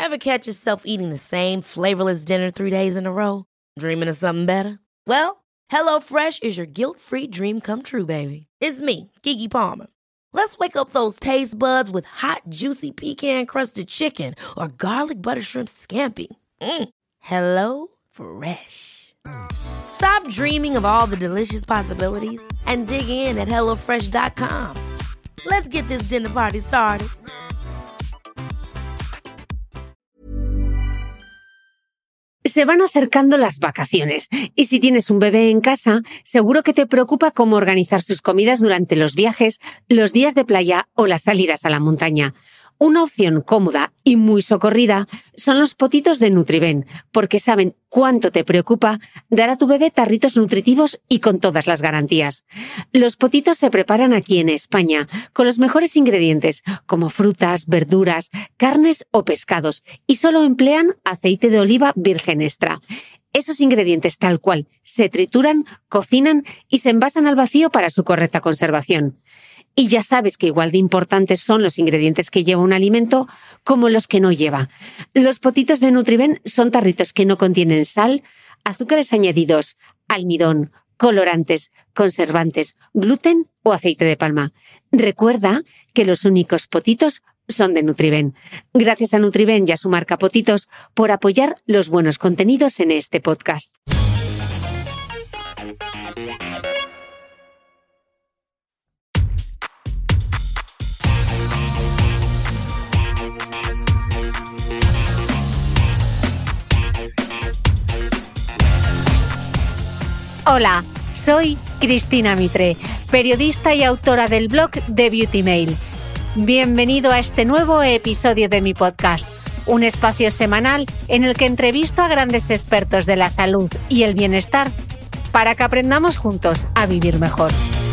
Ever catch yourself eating the same flavorless dinner 3 days in a row? Dreaming of something better? Well, HelloFresh is your guilt-free dream come true, baby. It's me, Keke Palmer. Let's wake up those taste buds with hot, juicy pecan-crusted chicken or garlic butter shrimp scampi. Hello Fresh. Stop dreaming of all the delicious possibilities and dig in at HelloFresh.com. Let's get this dinner party started. Se van acercando las vacaciones y si tienes un bebé en casa, seguro que te preocupa cómo organizar sus comidas durante los viajes, los días de playa o las salidas a la montaña. Una opción cómoda y muy socorrida son los potitos de Nutriben, porque saben cuánto te preocupa dar a tu bebé tarritos nutritivos y con todas las garantías. Los potitos se preparan aquí en España con los mejores ingredientes, como frutas, verduras, carnes o pescados, y solo emplean aceite de oliva virgen extra. Esos ingredientes tal cual se trituran, cocinan y se envasan al vacío para su correcta conservación. Y ya sabes que igual de importantes son los ingredientes que lleva un alimento como los que no lleva. Los potitos de Nutriben son tarritos que no contienen sal, azúcares añadidos, almidón, colorantes, conservantes, gluten o aceite de palma. Recuerda que los únicos potitos son de Nutriben. Gracias a Nutriben y a su marca Potitos por apoyar los buenos contenidos en este podcast. Hola, soy Cristina Mitre, periodista y autora del blog The Beauty Mail. Bienvenido a este nuevo episodio de mi podcast, un espacio semanal en el que entrevisto a grandes expertos de la salud y el bienestar para que aprendamos juntos a vivir mejor.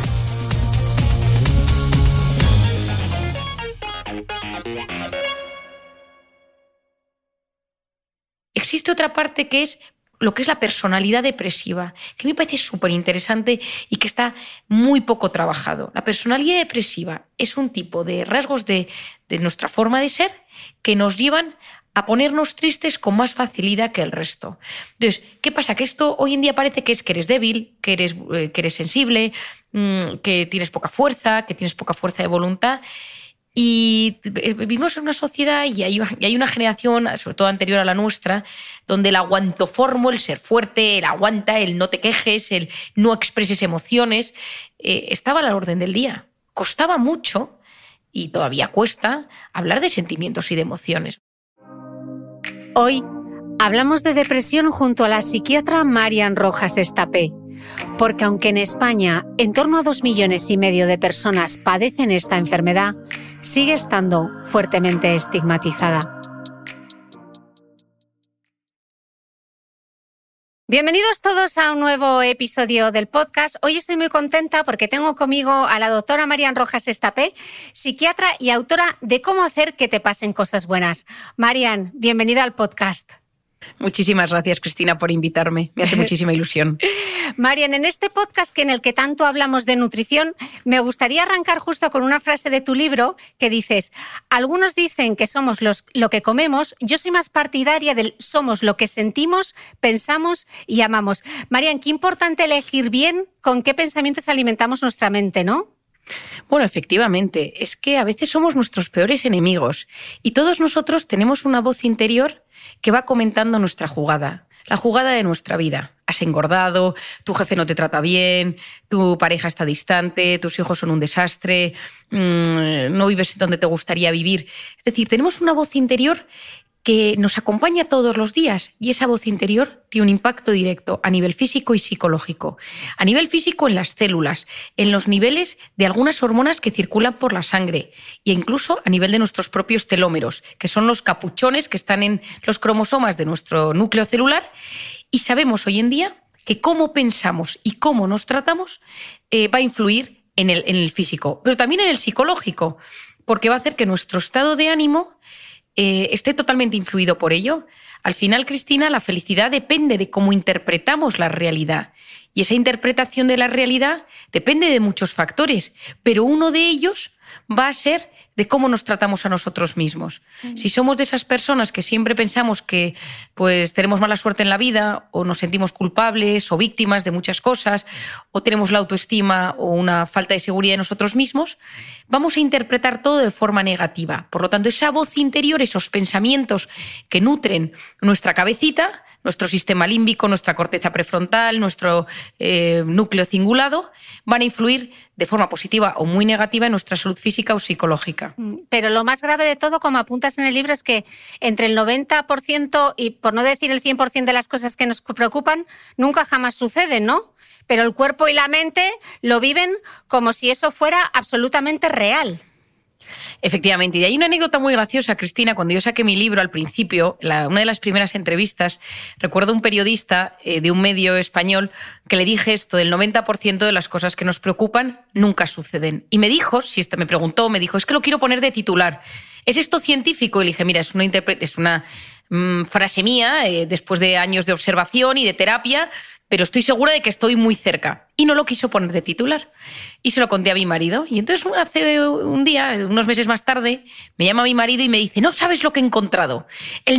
Existe otra parte que es lo que es la personalidad depresiva, que me parece súper interesante y que está muy poco trabajado. La personalidad depresiva es un tipo de rasgos de nuestra forma de ser que nos llevan a ponernos tristes con más facilidad que el resto. Entonces, ¿qué pasa? Que esto hoy en día parece que eres débil, que eres sensible, que tienes poca fuerza de voluntad. Y vivimos en una sociedad y hay una generación, sobre todo anterior a la nuestra, donde el aguantoformo, el ser fuerte, el aguanta, el no te quejes, el no expreses emociones, estaba a la orden del día. Costaba mucho, y todavía cuesta, hablar de sentimientos y de emociones. Hoy hablamos de depresión junto a la psiquiatra Marian Rojas Estapé. Porque aunque en España en torno a 2,5 millones de personas padecen esta enfermedad, sigue estando fuertemente estigmatizada. Bienvenidos todos a un nuevo episodio del podcast. Hoy estoy muy contenta porque tengo conmigo a la doctora Marian Rojas Estapé, psiquiatra y autora de Cómo hacer que te pasen cosas buenas. Marian, bienvenida al podcast. Muchísimas gracias, Cristina, por invitarme. Me hace muchísima ilusión. Marian, en este podcast en el que tanto hablamos de nutrición, me gustaría arrancar justo con una frase de tu libro que dices: algunos dicen que somos lo que comemos, yo soy más partidaria del somos lo que sentimos, pensamos y amamos. Marian, qué importante elegir bien con qué pensamientos alimentamos nuestra mente, ¿no? Bueno, efectivamente, es que a veces somos nuestros peores enemigos y todos nosotros tenemos una voz interior que va comentando nuestra jugada, la jugada de nuestra vida. Has engordado, tu jefe no te trata bien, tu pareja está distante, tus hijos son un desastre, no vives donde te gustaría vivir. Es decir, tenemos una voz interior que nos acompaña todos los días y esa voz interior tiene un impacto directo a nivel físico y psicológico. A nivel físico en las células, en los niveles de algunas hormonas que circulan por la sangre e incluso a nivel de nuestros propios telómeros, que son los capuchones que están en los cromosomas de nuestro núcleo celular. Y sabemos hoy en día que cómo pensamos y cómo nos tratamos va a influir en el físico, pero también en el psicológico, porque va a hacer que nuestro estado de ánimo esté totalmente influido por ello. Al final, Cristina, la felicidad depende de cómo interpretamos la realidad. Y esa interpretación de la realidad depende de muchos factores, pero uno de ellos va a ser de cómo nos tratamos a nosotros mismos. Si somos de esas personas que siempre pensamos que pues, tenemos mala suerte en la vida, o nos sentimos culpables o víctimas de muchas cosas, o tenemos la autoestima o una falta de seguridad en nosotros mismos, vamos a interpretar todo de forma negativa. Por lo tanto, esa voz interior, esos pensamientos que nutren nuestra cabecita, nuestro sistema límbico, nuestra corteza prefrontal, nuestro núcleo cingulado, van a influir de forma positiva o muy negativa en nuestra salud física o psicológica. Pero lo más grave de todo, como apuntas en el libro, es que entre el 90% y, por no decir el 100% de las cosas que nos preocupan, nunca jamás suceden, ¿no? Pero el cuerpo y la mente lo viven como si eso fuera absolutamente real. Efectivamente. Y hay una anécdota muy graciosa, Cristina. Cuando yo saqué mi libro al principio, una de las primeras entrevistas, recuerdo un periodista de un medio español que le dije esto: el 90% de las cosas que nos preocupan nunca suceden. Y me dijo, me preguntó, es que lo quiero poner de titular. ¿Es esto científico? Y le dije, mira, es una frase mía, después de años de observación y de terapia, pero estoy segura de que estoy muy cerca. Y no lo quiso poner de titular. Y se lo conté a mi marido. Y entonces hace un día, unos meses más tarde, me llama mi marido y me dice: no sabes lo que he encontrado. El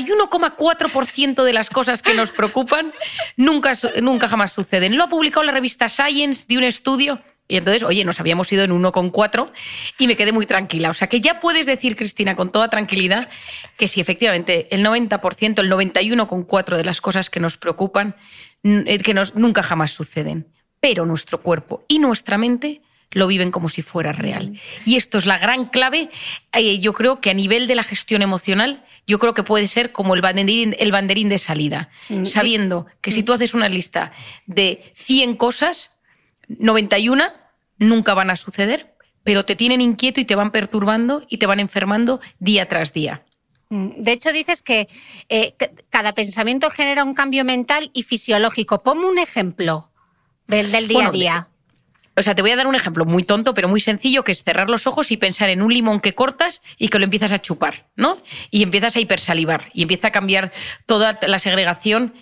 91,4% de las cosas que nos preocupan nunca jamás suceden. Lo ha publicado la revista Science de un estudio. Y entonces, oye, nos habíamos ido en 1,4 y me quedé muy tranquila. O sea que ya puedes decir, Cristina, con toda tranquilidad, que sí, efectivamente, el 90%, el 91,4% de las cosas que nos preocupan nunca jamás suceden. Pero nuestro cuerpo y nuestra mente lo viven como si fuera real. Y esto es la gran clave, yo creo que a nivel de la gestión emocional, yo creo que puede ser como el banderín de salida. Sabiendo que si tú haces una lista de 100 cosas, 91 nunca van a suceder, pero te tienen inquieto y te van perturbando y te van enfermando día tras día. De hecho, dices que cada pensamiento genera un cambio mental y fisiológico. Ponme un ejemplo del día a día. O sea, te voy a dar un ejemplo muy tonto, pero muy sencillo, que es cerrar los ojos y pensar en un limón que cortas y que lo empiezas a chupar, ¿no? Y empiezas a hipersalivar y empieza a cambiar toda la segregación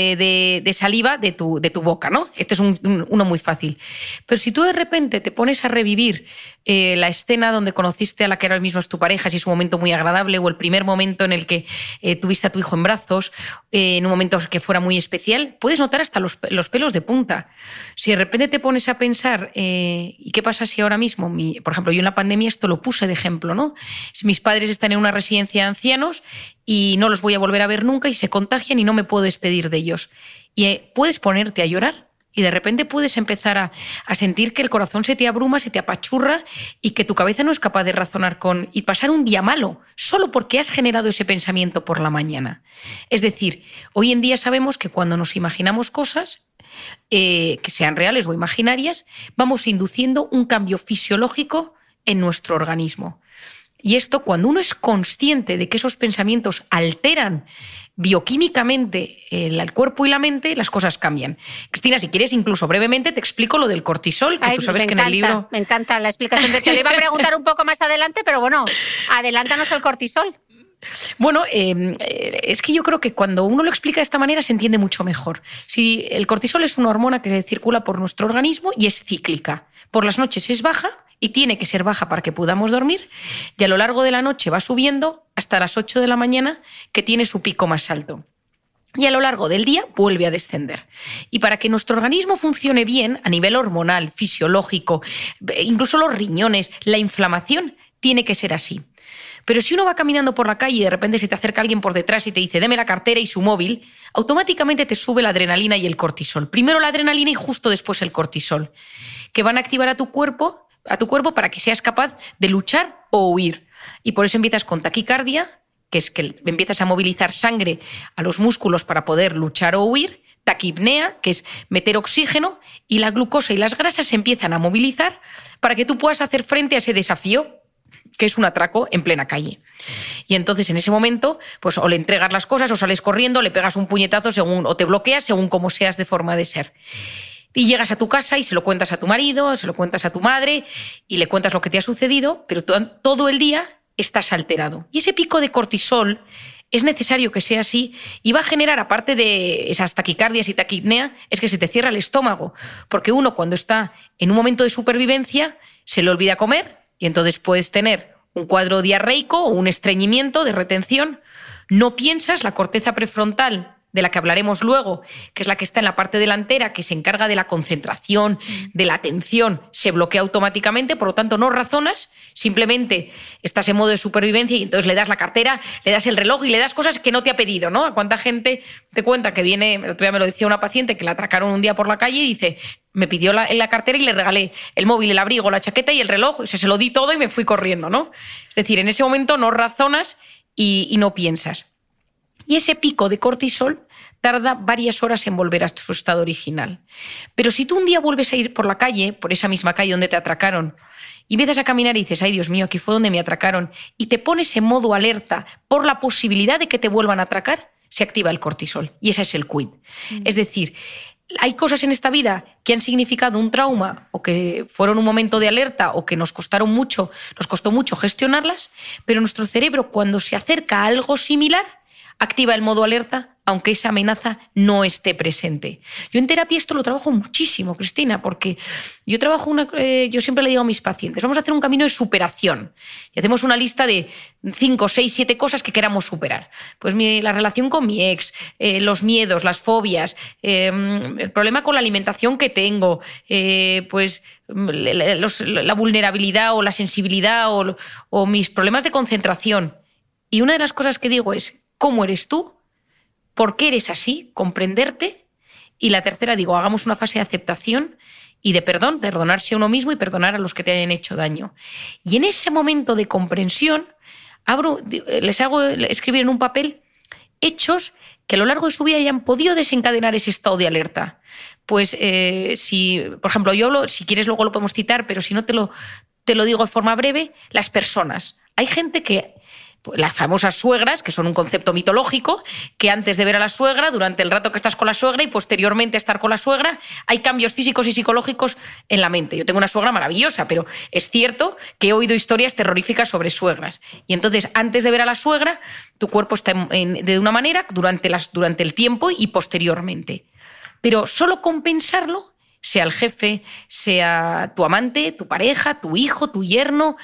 de saliva de tu boca, ¿no? Este es uno muy fácil. Pero si tú de repente te pones a revivir la escena donde conociste a la que ahora mismo es tu pareja, si es un momento muy agradable, o el primer momento en el que tuviste a tu hijo en brazos, en un momento que fuera muy especial, puedes notar hasta los pelos de punta. Si de repente te pones a pensar, ¿y qué pasa si ahora mismo, por ejemplo, yo en la pandemia esto lo puse de ejemplo, ¿no? Si mis padres están en una residencia de ancianos y no los voy a volver a ver nunca y se contagian y no me puedo despedir de ellos. Y puedes ponerte a llorar y de repente puedes empezar a sentir que el corazón se te abruma, se te apachurra y que tu cabeza no es capaz de razonar y pasar un día malo solo porque has generado ese pensamiento por la mañana. Es decir, hoy en día sabemos que cuando nos imaginamos cosas, que sean reales o imaginarias, vamos induciendo un cambio fisiológico en nuestro organismo. Y esto, cuando uno es consciente de que esos pensamientos alteran bioquímicamente el cuerpo y la mente, las cosas cambian. Cristina, si quieres, incluso brevemente te explico lo del cortisol, que tú sabes que en el libro... Me encanta la explicación. Te lo iba a preguntar un poco más adelante, pero bueno, adelántanos el cortisol. Bueno, es que yo creo que cuando uno lo explica de esta manera se entiende mucho mejor. Si el cortisol es una hormona que circula por nuestro organismo y es cíclica. Por las noches es baja y tiene que ser baja para que podamos dormir, y a lo largo de la noche va subiendo hasta las 8 de la mañana, que tiene su pico más alto. Y a lo largo del día vuelve a descender. Y para que nuestro organismo funcione bien a nivel hormonal, fisiológico, incluso los riñones, la inflamación, tiene que ser así. Pero si uno va caminando por la calle y de repente se te acerca alguien por detrás y te dice deme la cartera y su móvil, automáticamente te sube la adrenalina y el cortisol. Primero la adrenalina y justo después el cortisol, que van a activar a tu cuerpo para que seas capaz de luchar o huir. Y por eso empiezas con taquicardia, que es que empiezas a movilizar sangre a los músculos para poder luchar o huir, taquipnea, que es meter oxígeno, y la glucosa y las grasas se empiezan a movilizar para que tú puedas hacer frente a ese desafío, que es un atraco en plena calle. Y entonces en ese momento, pues o le entregas las cosas, o sales corriendo, le pegas un puñetazo o te bloqueas según como seas de forma de ser. Y llegas a tu casa y se lo cuentas a tu marido, se lo cuentas a tu madre y le cuentas lo que te ha sucedido, pero todo el día estás alterado. Y ese pico de cortisol es necesario que sea así y va a generar, aparte de esas taquicardias y taquipnea, es que se te cierra el estómago. Porque uno, cuando está en un momento de supervivencia, se le olvida comer y entonces puedes tener un cuadro diarreico o un estreñimiento de retención. No piensas, la corteza prefrontal, de la que hablaremos luego, que es la que está en la parte delantera, que se encarga de la concentración, de la atención, se bloquea automáticamente, por lo tanto no razonas, simplemente estás en modo de supervivencia y entonces le das la cartera, le das el reloj y le das cosas que no te ha pedido, ¿no? ¿A cuánta gente te cuenta que viene? El otro día me lo decía una paciente que la atracaron un día por la calle y dice, me pidió la cartera y le regalé el móvil, el abrigo, la chaqueta y el reloj, o sea, se lo di todo y me fui corriendo, ¿no? Es decir, en ese momento no razonas y no piensas. Y ese pico de cortisol tarda varias horas en volver a su estado original. Pero si tú un día vuelves a ir por la calle, por esa misma calle donde te atracaron, y empiezas a caminar y dices, ay Dios mío, aquí fue donde me atracaron, y te pones en modo alerta por la posibilidad de que te vuelvan a atracar, se activa el cortisol. Y ese es el quid. Es decir, hay cosas en esta vida que han significado un trauma o que fueron un momento de alerta o que nos costó mucho gestionarlas, pero nuestro cerebro, cuando se acerca a algo similar, activa el modo alerta, aunque esa amenaza no esté presente. Yo en terapia esto lo trabajo muchísimo, Cristina, porque yo siempre le digo a mis pacientes, vamos a hacer un camino de superación y hacemos una lista de 5, 6, 7 cosas que queramos superar. Pues la relación con mi ex, los miedos, las fobias, el problema con la alimentación que tengo, pues la vulnerabilidad o la sensibilidad o mis problemas de concentración. Y una de las cosas que digo es, ¿cómo eres tú? ¿Por qué eres así? Comprenderte. Y la tercera, digo, hagamos una fase de aceptación y de perdón, perdonarse a uno mismo y perdonar a los que te hayan hecho daño. Y en ese momento de comprensión, les hago escribir en un papel hechos que a lo largo de su vida hayan podido desencadenar ese estado de alerta. Pues si, por ejemplo, si quieres luego lo podemos citar, pero si no te lo digo de forma breve, las personas. Hay gente que las famosas suegras, que son un concepto mitológico, que antes de ver a la suegra, durante el rato que estás con la suegra y posteriormente a estar con la suegra, hay cambios físicos y psicológicos en la mente. Yo tengo una suegra maravillosa, pero es cierto que he oído historias terroríficas sobre suegras. Y entonces, antes de ver a la suegra, tu cuerpo está de una manera durante el tiempo y posteriormente. Pero solo con pensarlo, sea el jefe, sea tu amante, tu pareja, tu hijo, tu yerno,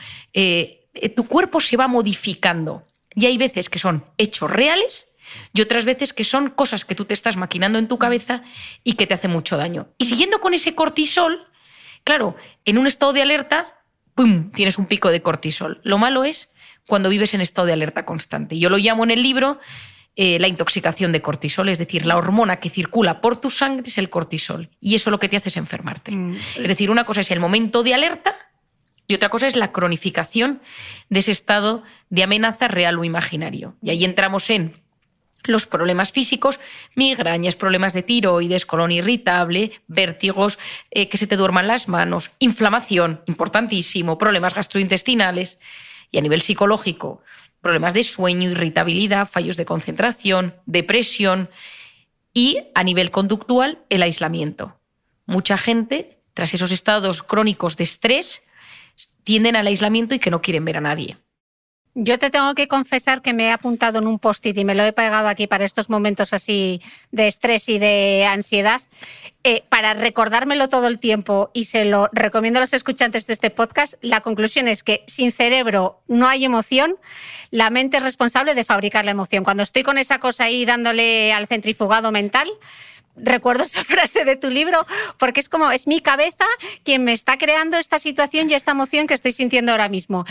tu cuerpo se va modificando. Y hay veces que son hechos reales y otras veces que son cosas que tú te estás maquinando en tu cabeza y que te hacen mucho daño. Y siguiendo con ese cortisol, claro, en un estado de alerta, ¡pum!, tienes un pico de cortisol. Lo malo es cuando vives en estado de alerta constante. Yo lo llamo en el libro la intoxicación de cortisol, es decir, la hormona que circula por tu sangre es el cortisol. Y eso lo que te hace es enfermarte. Es decir, una cosa es el momento de alerta y otra cosa es la cronificación de ese estado de amenaza real o imaginario. Y ahí entramos en los problemas físicos, migrañas, problemas de tiroides, colon irritable, vértigos, que se te duerman las manos, inflamación, importantísimo, problemas gastrointestinales. Y a nivel psicológico, problemas de sueño, irritabilidad, fallos de concentración, depresión. Y a nivel conductual, el aislamiento. Mucha gente, tras esos estados crónicos de estrés, tienden al aislamiento y que no quieren ver a nadie. Yo te tengo que confesar que me he apuntado en un post-it y me lo he pegado aquí para estos momentos así de estrés y de ansiedad, para recordármelo todo el tiempo, y se lo recomiendo a los escuchantes de este podcast. La conclusión es que sin cerebro no hay emoción, la mente es responsable de fabricar la emoción. Cuando estoy con esa cosa ahí dándole al centrifugado mental, recuerdo esa frase de tu libro, porque es mi cabeza quien me está creando esta situación y esta emoción que estoy sintiendo ahora mismo.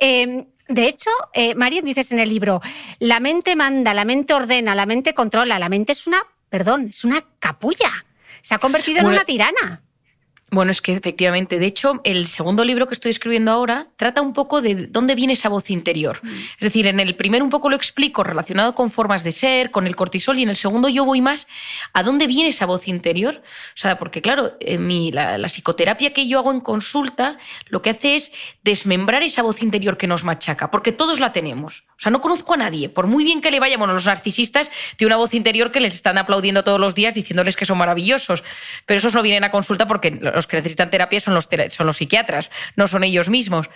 De hecho, Marian, dices en el libro, la mente manda, la mente ordena, la mente controla, la mente es una capulla. Se ha convertido en una tirana. Bueno, es que efectivamente, de hecho, el segundo libro que estoy escribiendo ahora trata un poco de dónde viene esa voz interior. Es decir, en el primero un poco lo explico relacionado con formas de ser, con el cortisol, y en el segundo yo voy más a dónde viene esa voz interior. O sea, porque claro, la psicoterapia que yo hago en consulta lo que hace es desmembrar esa voz interior que nos machaca, porque todos la tenemos. O sea, no conozco a nadie, por muy bien que le vaya, bueno, los narcisistas tienen una voz interior que les están aplaudiendo todos los días diciéndoles que son maravillosos, pero esos no vienen a consulta porque los que necesitan terapia son los psiquiatras, no son ellos mismos.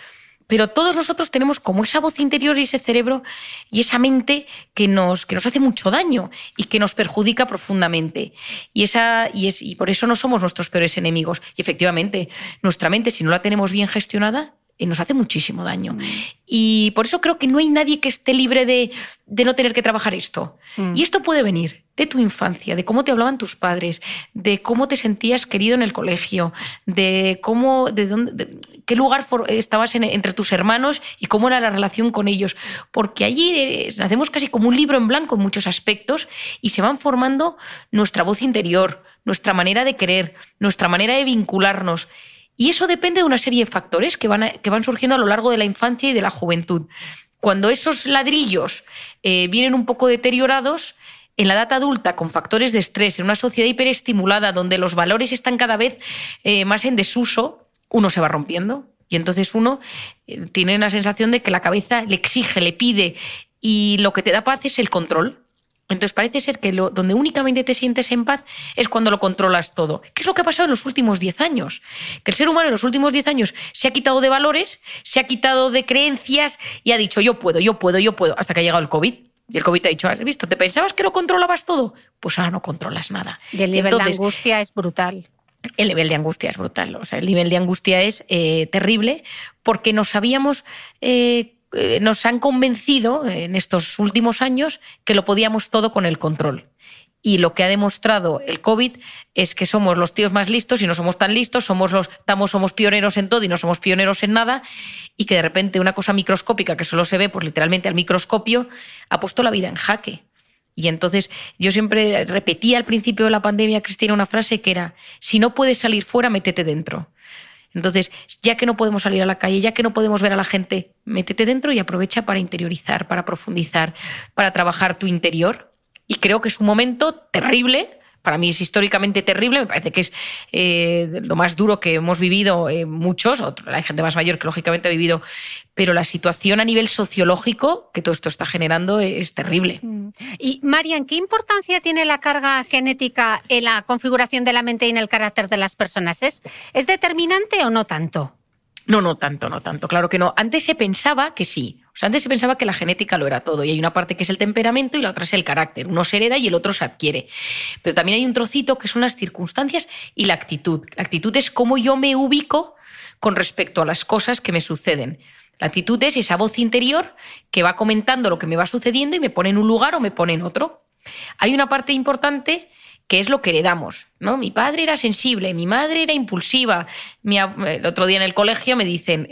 Pero todos nosotros tenemos como esa voz interior y ese cerebro y esa mente que nos hace mucho daño y que nos perjudica profundamente. Y por eso no somos nuestros peores enemigos. Y efectivamente, nuestra mente, si no la tenemos bien gestionada, nos hace muchísimo daño. Y por eso creo que no hay nadie que esté libre de no tener que trabajar esto. Y esto puede venir de tu infancia, de cómo te hablaban tus padres, de cómo te sentías querido en el colegio, de qué lugar estabas entre tus hermanos y cómo era la relación con ellos. Porque allí nacemos casi como un libro en blanco en muchos aspectos y se van formando nuestra voz interior, nuestra manera de querer, nuestra manera de vincularnos. Y eso depende de una serie de factores que van surgiendo a lo largo de la infancia y de la juventud. Cuando esos ladrillos vienen un poco deteriorados, en la edad adulta, con factores de estrés, en una sociedad hiperestimulada donde los valores están cada vez más en desuso, uno se va rompiendo. Y entonces uno tiene una sensación de que la cabeza le exige, le pide, y lo que te da paz es el control. Entonces parece ser que donde únicamente te sientes en paz es cuando lo controlas todo. ¿Qué es lo que ha pasado en los últimos 10 años? Que el ser humano en los últimos 10 años se ha quitado de valores, se ha quitado de creencias y ha dicho yo puedo, hasta que ha llegado el COVID. Y el COVID te ha dicho, ¿has visto? ¿Te pensabas que lo controlabas todo? Pues ahora no controlas nada. Y el nivel de angustia es brutal. El nivel de angustia es brutal. O sea, el nivel de angustia es terrible porque nos han convencido en estos últimos años que lo podíamos todo con el control. Y lo que ha demostrado el COVID es que somos los tíos más listos y no somos tan listos, somos pioneros en todo y no somos pioneros en nada, y que de repente una cosa microscópica que solo se ve pues literalmente al microscopio ha puesto la vida en jaque. Y entonces yo siempre repetía al principio de la pandemia, Cristina, una frase que era: si no puedes salir fuera, métete dentro. Entonces, ya que no podemos salir a la calle, ya que no podemos ver a la gente, métete dentro y aprovecha para interiorizar, para profundizar, para trabajar tu interior. Y creo que es un momento terrible. Para mí es históricamente terrible, me parece que es lo más duro que hemos vivido muchos, hay gente más mayor que lógicamente ha vivido, pero la situación a nivel sociológico que todo esto está generando es terrible. Y Marian, ¿qué importancia tiene la carga genética en la configuración de la mente y en el carácter de las personas? ¿Es determinante o no tanto? No tanto. Claro que no. Antes se pensaba que sí. O sea, antes se pensaba que la genética lo era todo. Y hay una parte que es el temperamento y la otra es el carácter. Uno se hereda y el otro se adquiere. Pero también hay un trocito que son las circunstancias y la actitud. La actitud es cómo yo me ubico con respecto a las cosas que me suceden. La actitud es esa voz interior que va comentando lo que me va sucediendo y me pone en un lugar o me pone en otro. Hay una parte importante que es lo que heredamos, ¿no? Mi padre era sensible, mi madre era impulsiva. El otro día en el colegio me dicen,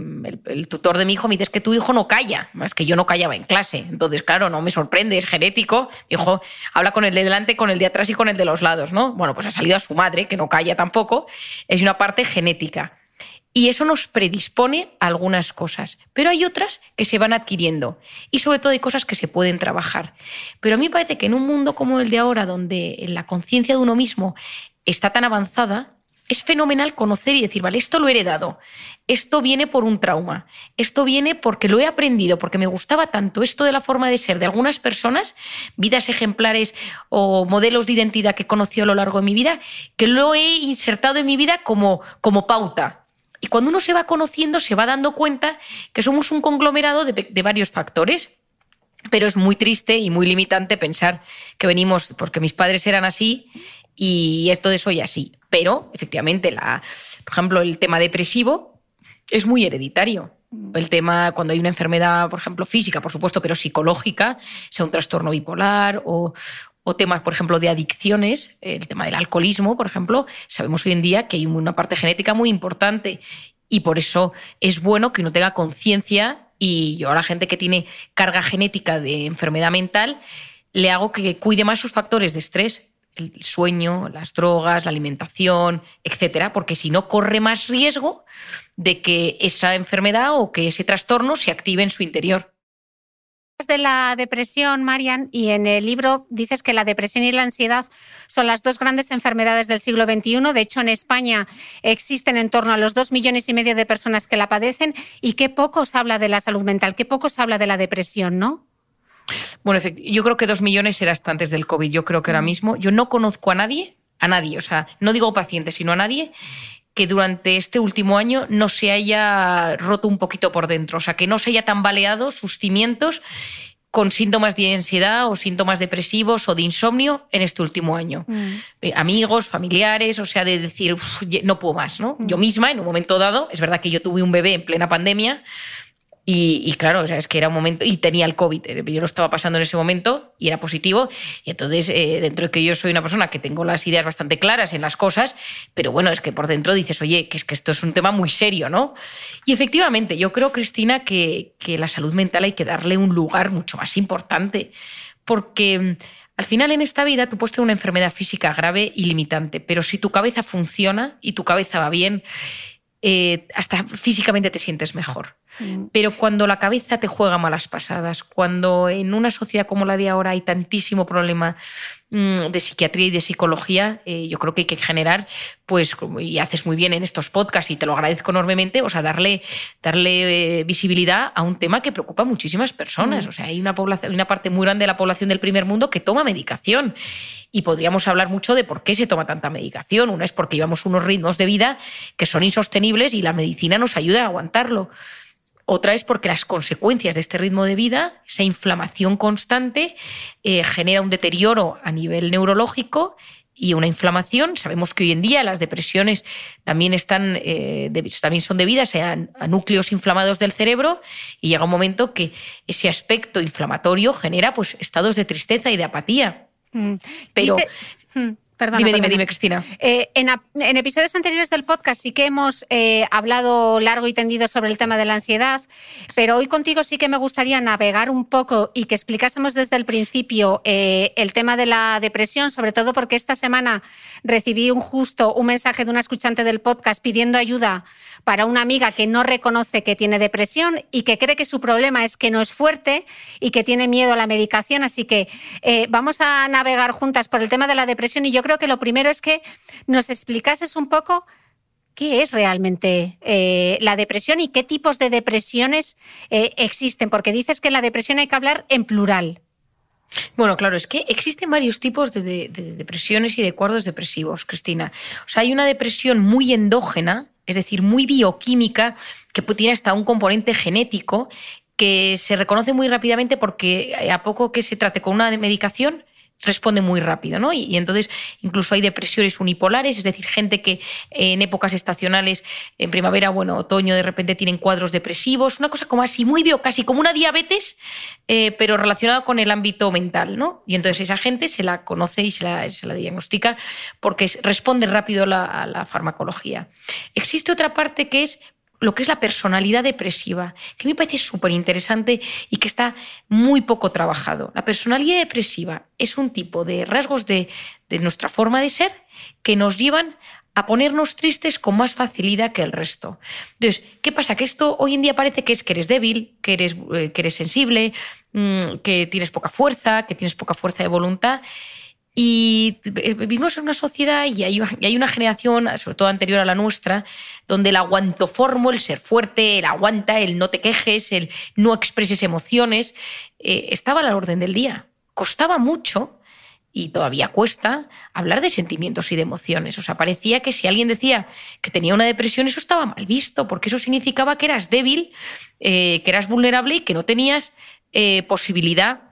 el tutor de mi hijo me dice, es que tu hijo no calla, más que yo no callaba en clase. Entonces, claro, no me sorprende, es genético. Mi hijo habla con el de delante, con el de atrás y con el de los lados, ¿no? Bueno, pues ha salido a su madre, que no calla tampoco. Es una parte genética. Y eso nos predispone a algunas cosas. Pero hay otras que se van adquiriendo. Y sobre todo hay cosas que se pueden trabajar. Pero a mí me parece que en un mundo como el de ahora, donde la conciencia de uno mismo está tan avanzada, es fenomenal conocer y decir, vale, esto lo he heredado, esto viene por un trauma, esto viene porque lo he aprendido, porque me gustaba tanto esto de la forma de ser de algunas personas, vidas ejemplares o modelos de identidad que he conocido a lo largo de mi vida, que lo he insertado en mi vida como pauta. Y cuando uno se va conociendo, se va dando cuenta que somos un conglomerado de varios factores. Pero es muy triste y muy limitante pensar que venimos porque mis padres eran así y esto de soy así. Pero, efectivamente, por ejemplo, el tema depresivo es muy hereditario. El tema cuando hay una enfermedad, por ejemplo, física, por supuesto, pero psicológica, sea un trastorno bipolar o temas, por ejemplo, de adicciones, el tema del alcoholismo, por ejemplo, sabemos hoy en día que hay una parte genética muy importante y por eso es bueno que uno tenga conciencia. Y yo a la gente que tiene carga genética de enfermedad mental le hago que cuide más sus factores de estrés, el sueño, las drogas, la alimentación, etcétera, porque si no corre más riesgo de que esa enfermedad o que ese trastorno se active en su interior. De la depresión, Marian, y en el libro dices que la depresión y la ansiedad son las dos grandes enfermedades del siglo XXI. De hecho, en España existen en torno a los 2,5 millones de personas que la padecen y qué poco se habla de la salud mental, qué poco se habla de la depresión, ¿no? Bueno, yo creo que 2 millones era hasta antes del COVID. Yo creo que ahora mismo yo no conozco a nadie, o sea, no digo paciente, sino a nadie que durante este último año no se haya roto un poquito por dentro, o sea, que no se haya tambaleado sus cimientos con síntomas de ansiedad o síntomas depresivos o de insomnio en este último año. Amigos, familiares, o sea, de decir, no puedo más, ¿no? Yo misma, en un momento dado, es verdad que yo tuve un bebé en plena pandemia. Y claro, o sea, es que era un momento, y tenía el COVID, yo lo estaba pasando en ese momento y era positivo, y entonces dentro de que yo soy una persona que tengo las ideas bastante claras en las cosas, pero bueno, es que por dentro dices, oye, que es que esto es un tema muy serio, ¿no? Y efectivamente, yo creo, Cristina, que la salud mental hay que darle un lugar mucho más importante, porque al final en esta vida tú puedes tener una enfermedad física grave y limitante, pero si tu cabeza funciona y tu cabeza va bien, hasta físicamente te sientes mejor. Pero cuando la cabeza te juega malas pasadas, cuando en una sociedad como la de ahora hay tantísimo problema de psiquiatría y de psicología, yo creo que hay que generar, pues, y haces muy bien en estos podcasts y te lo agradezco enormemente, o sea, darle visibilidad a un tema que preocupa a muchísimas personas. O sea, hay una parte muy grande de la población del primer mundo que toma medicación. Y podríamos hablar mucho de por qué se toma tanta medicación. Una es porque llevamos unos ritmos de vida que son insostenibles y la medicina nos ayuda a aguantarlo. Otra es porque las consecuencias de este ritmo de vida, esa inflamación constante, genera un deterioro a nivel neurológico y una inflamación. Sabemos que hoy en día las depresiones también son debidas a núcleos inflamados del cerebro, y llega un momento que ese aspecto inflamatorio genera, pues, estados de tristeza y de apatía. Pero... Dime, Cristina. En episodios anteriores del podcast sí que hemos hablado largo y tendido sobre el tema de la ansiedad, pero hoy contigo sí que me gustaría navegar un poco y que explicásemos desde el principio el tema de la depresión, sobre todo porque esta semana recibí un mensaje de una escuchante del podcast pidiendo ayuda para una amiga que no reconoce que tiene depresión y que cree que su problema es que no es fuerte y que tiene miedo a la medicación. Así que vamos a navegar juntas por el tema de la depresión, y yo creo que lo primero es que nos explicases un poco qué es realmente la depresión y qué tipos de depresiones existen, porque dices que en la depresión hay que hablar en plural. Bueno, claro, es que existen varios tipos de depresiones y de cuadros depresivos, Cristina. O sea, hay una depresión muy endógena, es decir, muy bioquímica, que tiene hasta un componente genético, que se reconoce muy rápidamente porque a poco que se trate con una medicación responde muy rápido, ¿no? Y entonces incluso hay depresiones unipolares, es decir, gente que en épocas estacionales, en primavera o en otoño, de repente tienen cuadros depresivos, una cosa como así, casi como una diabetes, pero relacionada con el ámbito mental, ¿no? Y entonces esa gente se la conoce y se la diagnostica porque responde rápido a la farmacología. Existe otra parte que es lo que es la personalidad depresiva, que me parece súper interesante y que está muy poco trabajado. La personalidad depresiva es un tipo de rasgos de nuestra forma de ser que nos llevan a ponernos tristes con más facilidad que el resto. Entonces, ¿qué pasa? Que esto hoy en día parece que eres débil, que eres sensible, que tienes poca fuerza de voluntad. Y vivimos en una sociedad y hay una generación, sobre todo anterior a la nuestra, donde el aguantoformo, el ser fuerte, el aguanta, el no te quejes, el no expreses emociones, estaba a la orden del día. Costaba mucho, y todavía cuesta, hablar de sentimientos y de emociones. O sea, parecía que si alguien decía que tenía una depresión, eso estaba mal visto, porque eso significaba que eras débil, que eras vulnerable y que no tenías posibilidad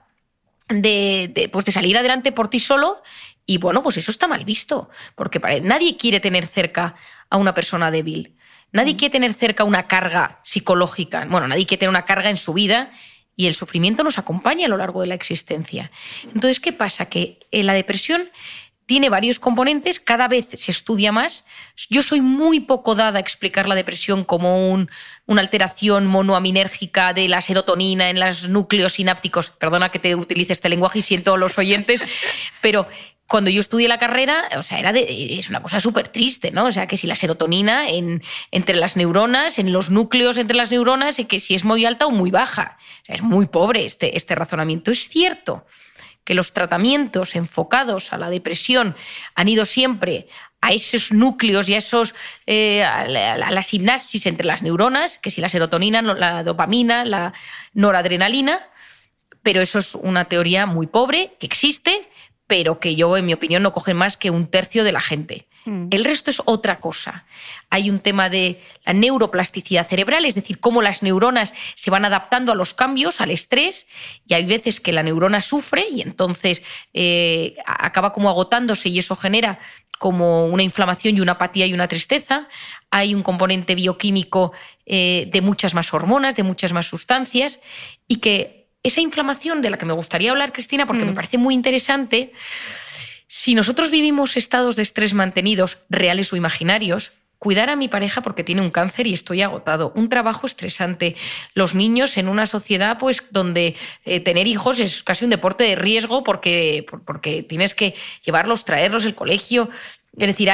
de salir adelante por ti solo. Y bueno, pues eso está mal visto, porque nadie quiere tener cerca a una persona débil. Nadie quiere tener cerca una carga psicológica. Bueno, nadie quiere tener una carga en su vida, y el sufrimiento nos acompaña a lo largo de la existencia. Entonces, ¿qué pasa? Que la depresión tiene varios componentes, cada vez se estudia más. Yo soy muy poco dada a explicar la depresión como una alteración monoaminérgica de la serotonina en los núcleos sinápticos. Perdona que te utilice este lenguaje y siento a los oyentes, pero cuando yo estudié la carrera, o sea, es una cosa súper triste, ¿no? O sea, que si la serotonina entre las neuronas, en los núcleos entre las neuronas, y que si es muy alta o muy baja. O sea, es muy pobre este razonamiento. Es cierto que los tratamientos enfocados a la depresión han ido siempre a esos núcleos y a la sinapsis entre las neuronas, que si la serotonina, la dopamina, la noradrenalina, pero eso es una teoría muy pobre, que existe, pero que yo, en mi opinión, no coge más que un tercio de la gente. El resto es otra cosa. Hay un tema de la neuroplasticidad cerebral, es decir, cómo las neuronas se van adaptando a los cambios, al estrés, y hay veces que la neurona sufre y entonces acaba como agotándose y eso genera como una inflamación y una apatía y una tristeza. Hay un componente bioquímico de muchas más hormonas, de muchas más sustancias, y que esa inflamación de la que me gustaría hablar, Cristina, porque me parece muy interesante. Si nosotros vivimos estados de estrés mantenidos, reales o imaginarios, cuidar a mi pareja porque tiene un cáncer y estoy agotado, un trabajo estresante, los niños en una sociedad pues, donde tener hijos es casi un deporte de riesgo porque tienes que llevarlos, traerlos, el colegio. Es decir,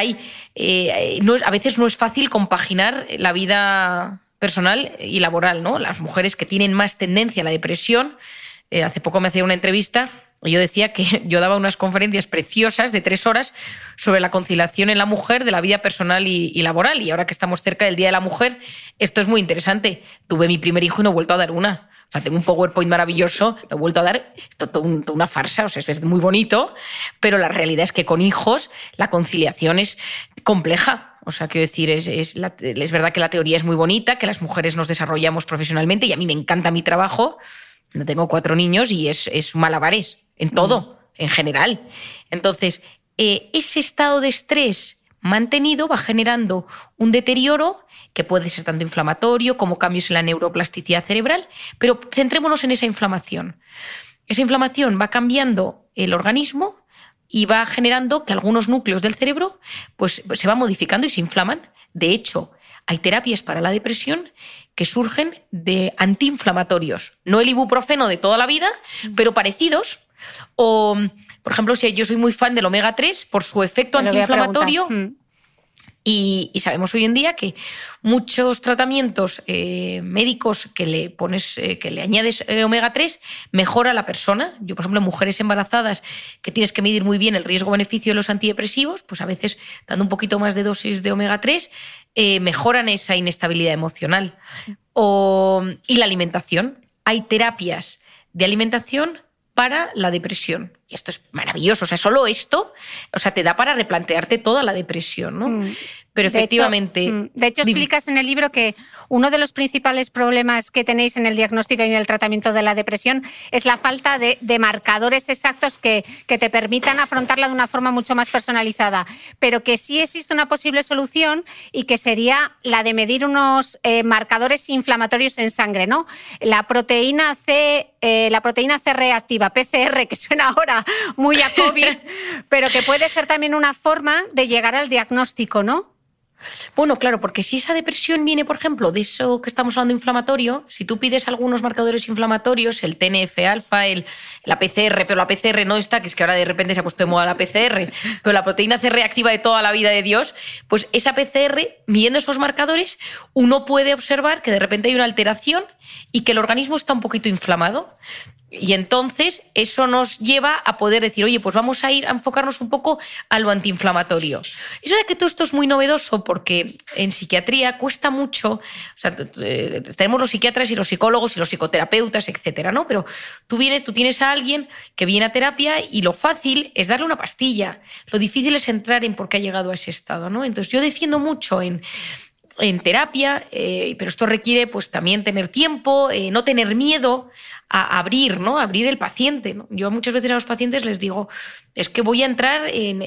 a veces no es fácil compaginar la vida personal y laboral, ¿no? Las mujeres que tienen más tendencia a la depresión, hace poco me hacía una entrevista. Yo decía que yo daba unas conferencias preciosas de 3 horas sobre la conciliación en la mujer de la vida personal y laboral. Y ahora que estamos cerca del Día de la Mujer, esto es muy interesante. Tuve mi primer hijo y no he vuelto a dar una. O sea, tengo un PowerPoint maravilloso, lo he vuelto a dar, toda una farsa, o sea, es muy bonito, pero la realidad es que con hijos la conciliación es compleja. O sea, quiero decir, es verdad que la teoría es muy bonita, que las mujeres nos desarrollamos profesionalmente y a mí me encanta mi trabajo. No tengo 4 niños y es malabares en todo, en general. Entonces, ese estado de estrés mantenido va generando un deterioro que puede ser tanto inflamatorio como cambios en la neuroplasticidad cerebral, pero centrémonos en esa inflamación. Esa inflamación va cambiando el organismo y va generando que algunos núcleos del cerebro pues, se van modificando y se inflaman. De hecho, hay terapias para la depresión que surgen de antiinflamatorios. No el ibuprofeno de toda la vida, pero parecidos. O, por ejemplo, si yo soy muy fan del omega 3 por su efecto antiinflamatorio. Y sabemos hoy en día que muchos tratamientos médicos que le pones, que le añades omega 3 mejora a la persona. Yo, por ejemplo, en mujeres embarazadas que tienes que medir muy bien el riesgo-beneficio de los antidepresivos, pues a veces dando un poquito más de dosis de omega 3 mejoran esa inestabilidad emocional. Y la alimentación. Hay terapias de alimentación para la depresión. Y esto es maravilloso. O sea, solo esto, o sea, te da para replantearte toda la depresión, ¿no? Pero efectivamente... De hecho, explicas en el libro que uno de los principales problemas que tenéis en el diagnóstico y en el tratamiento de la depresión es la falta de marcadores exactos que te permitan afrontarla de una forma mucho más personalizada. Pero que sí existe una posible solución y que sería la de medir unos marcadores inflamatorios en sangre, ¿no? La proteína C reactiva, PCR, que suena ahora muy a COVID, pero que puede ser también una forma de llegar al diagnóstico, ¿no? Bueno, claro, porque si esa depresión viene, por ejemplo, de eso que estamos hablando inflamatorio, si tú pides algunos marcadores inflamatorios, el TNF-alfa, la PCR, pero la PCR no está, que es que ahora de repente se ha puesto de moda la PCR, pero la proteína C reactiva de toda la vida de Dios, pues esa PCR, midiendo esos marcadores, uno puede observar que de repente hay una alteración y que el organismo está un poquito inflamado. Y entonces eso nos lleva a poder decir, oye, pues vamos a ir a enfocarnos un poco a lo antiinflamatorio. Es verdad que todo esto es muy novedoso porque en psiquiatría cuesta mucho, o sea, tenemos los psiquiatras y los psicólogos y los psicoterapeutas, etcétera, ¿no? Pero tú tienes a alguien que viene a terapia y lo fácil es darle una pastilla. Lo difícil es entrar en por qué ha llegado a ese estado, ¿no? Entonces yo defiendo mucho en terapia, pero esto requiere pues también tener tiempo, no tener miedo a abrir, ¿no? Abrir el paciente, ¿no? Yo muchas veces a los pacientes les digo, es que voy a entrar en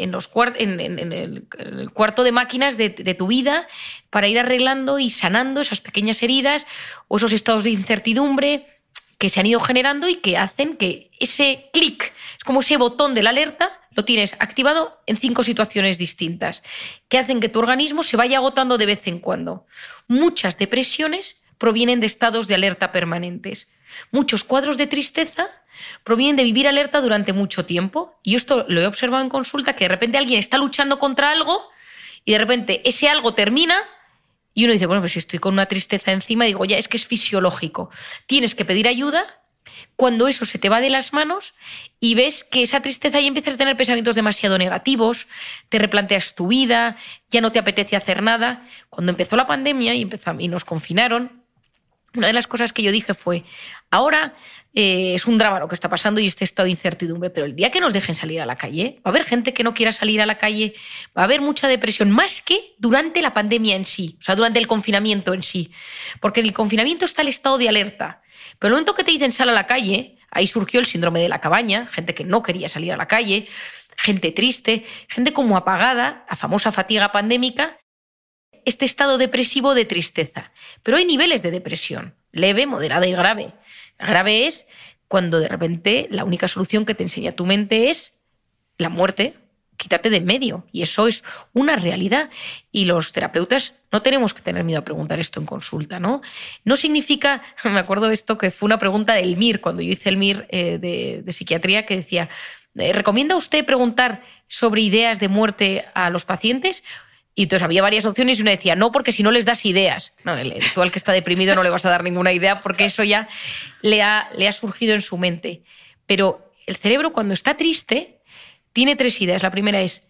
el cuarto de máquinas de tu vida para ir arreglando y sanando esas pequeñas heridas o esos estados de incertidumbre que se han ido generando y que hacen que ese clic, es como ese botón de la alerta, lo tienes activado en 5 situaciones distintas, que hacen que tu organismo se vaya agotando de vez en cuando. Muchas depresiones provienen de estados de alerta permanentes. Muchos cuadros de tristeza provienen de vivir alerta durante mucho tiempo. Y esto lo he observado en consulta, que de repente alguien está luchando contra algo y de repente ese algo termina y uno dice, bueno, pues si estoy con una tristeza encima, digo, ya, es que es fisiológico. Tienes que pedir ayuda. Cuando eso se te va de las manos y ves que esa tristeza y empiezas a tener pensamientos demasiado negativos, te replanteas tu vida, ya no te apetece hacer nada. Cuando empezó la pandemia y nos confinaron, una de las cosas que yo dije fue, ahora es un drama lo que está pasando y este estado de incertidumbre, pero el día que nos dejen salir a la calle, va a haber gente que no quiera salir a la calle, va a haber mucha depresión, más que durante la pandemia en sí, o sea, durante el confinamiento en sí, porque en el confinamiento está el estado de alerta, pero el momento que te dicen sal a la calle, ahí surgió el síndrome de la cabaña, gente que no quería salir a la calle, gente triste, gente como apagada, la famosa fatiga pandémica, este estado depresivo de tristeza. Pero hay niveles de depresión, leve, moderada y grave. La grave es cuando de repente la única solución que te enseña tu mente es la muerte, quítate de en medio. Y eso es una realidad. Y los terapeutas no tenemos que tener miedo a preguntar esto en consulta, ¿no? No significa, me acuerdo esto que fue una pregunta del MIR, cuando yo hice el MIR de psiquiatría, que decía, ¿recomienda usted preguntar sobre ideas de muerte a los pacientes? Y entonces había varias opciones y uno decía, no, porque si no les das ideas. No, tú al que está deprimido no le vas a dar ninguna idea porque eso ya le ha surgido en su mente. Pero el cerebro cuando está triste tiene 3 ideas. La primera es,